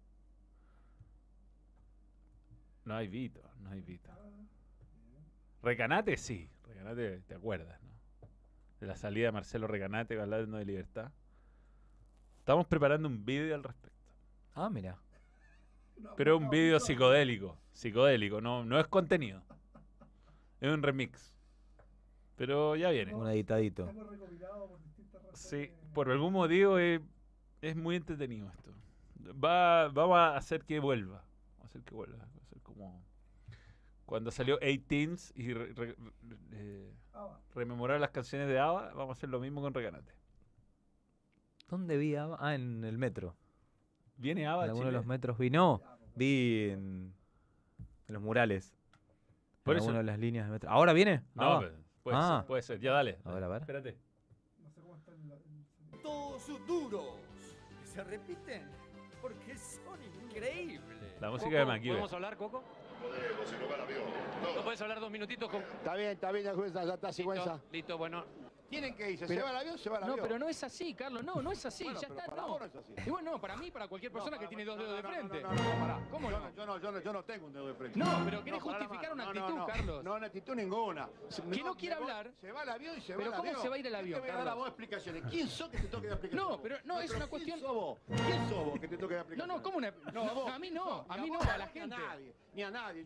No hay Vito, no hay Vito. Ah, bien. Recanate sí, Recanate, ¿te acuerdas, no? De la salida de Marcelo Recanate hablando de libertad. Estamos preparando un vídeo al respecto. Ah, mira. No, Pero es un no, vídeo no. psicodélico. Psicodélico, no, no es contenido. Es un remix. Pero ya viene. Un editadito. Hemos recopilado por distintas razones. Sí, por algún motivo es, es muy entretenido esto. Va, vamos a hacer que vuelva. Vamos a hacer que vuelva. Va a ser como cuando salió eighteens y re- re- eh, Ah, va. rememorar las canciones de ABBA, vamos a hacer lo mismo con Recanate. ¿Dónde vi a... Ah, en el metro. ¿Viene ABBA En a alguno de Chile? los metros vi. No, Ya, pues, vi en, en los murales. Por en eso- alguna de las líneas de metro. ¿Ahora viene? No, Ah, pero puede, Ah. ser, puede ser. Ya dale. A ver, a ver. Espérate. no sé cómo está el, el- Todos duros. Se repiten porque son increíbles. La música de MacGyver. ¿Podemos hablar, Coco? ¿No puedes hablar dos minutitos con... Está bien, está bien, ya está, ya está, Sigüenza. Listo, listo, bueno. ¿Tienen que irse? Pero- ¿Se va el avión? Se va el No, avión. pero no es así, Carlos, no, no es así, Bueno, ya pero está, para no. vos no es así. Y bueno, no, para mí, para cualquier persona No, que para- tiene dos no, dedos de no, no, frente. No, no, no, pará. ¿Cómo yo no? Yo no, yo no, yo no tengo un dedo de frente. No, pero querés pará, justificar una no, no, actitud, no. Carlos. No, no actitud ninguna. Se- Que no me quiere voy- hablar. Se va el avión y se va Pero el ¿cómo avión. se va a ir el ¿Qué avión, te voy a dar a Carlos? vos explicaciones? ¿Quién sos que te toque dar explicaciones? No, pero no, es una cuestión- ¿Quién sos vos? ¿Quién sos vos que te toque dar No, explicaciones? no, ¿cómo una...? No, a vos. a mí no, a Ni mí no, vos, a la Ni gente. a nadie, ni a nadie.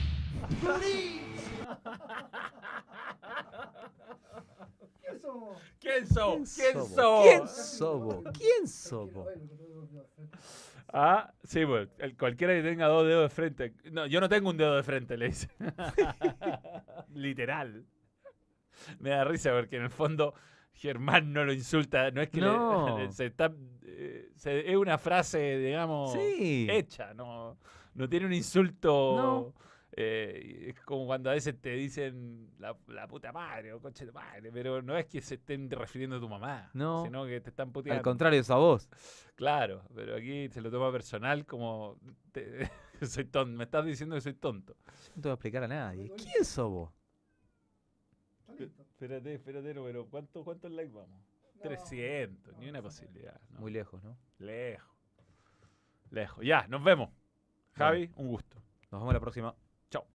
¿Quién somos? ¿Quién sos? ¿Quién ¿Quién sos? sos? ¿Quién sobo? ¿Quién sobo? Bueno, con todos los dedos de frente. Ah, sí, pues. el- cualquiera que tenga dos dedos de frente. No, yo no tengo un dedo de frente, le dice. Literal. Me da risa porque en el fondo Germán no lo insulta. No es que le- No. le- se está. eh, se- es una frase, digamos, Sí. hecha. No, no tiene un insulto. No. eh, es como cuando a veces te dicen la, la puta madre o coche de madre, pero no es que se estén refiriendo a tu mamá, No. sino que te están puteando. Al contrario, es a vos. Claro, pero aquí se lo toma personal como te- soy tonto, me estás diciendo que soy tonto. Yo no te voy a explicar a nadie. ¿Quién sos vos? Está listo. Espérate, espérate, no, pero ¿cuánto, ¿cuántos likes vamos? No, trescientos, ni no, una no. posibilidad. ¿no? Muy lejos, ¿no? Lejos. Lejos. Ya, nos vemos. Javi, un gusto. Nos vemos la próxima.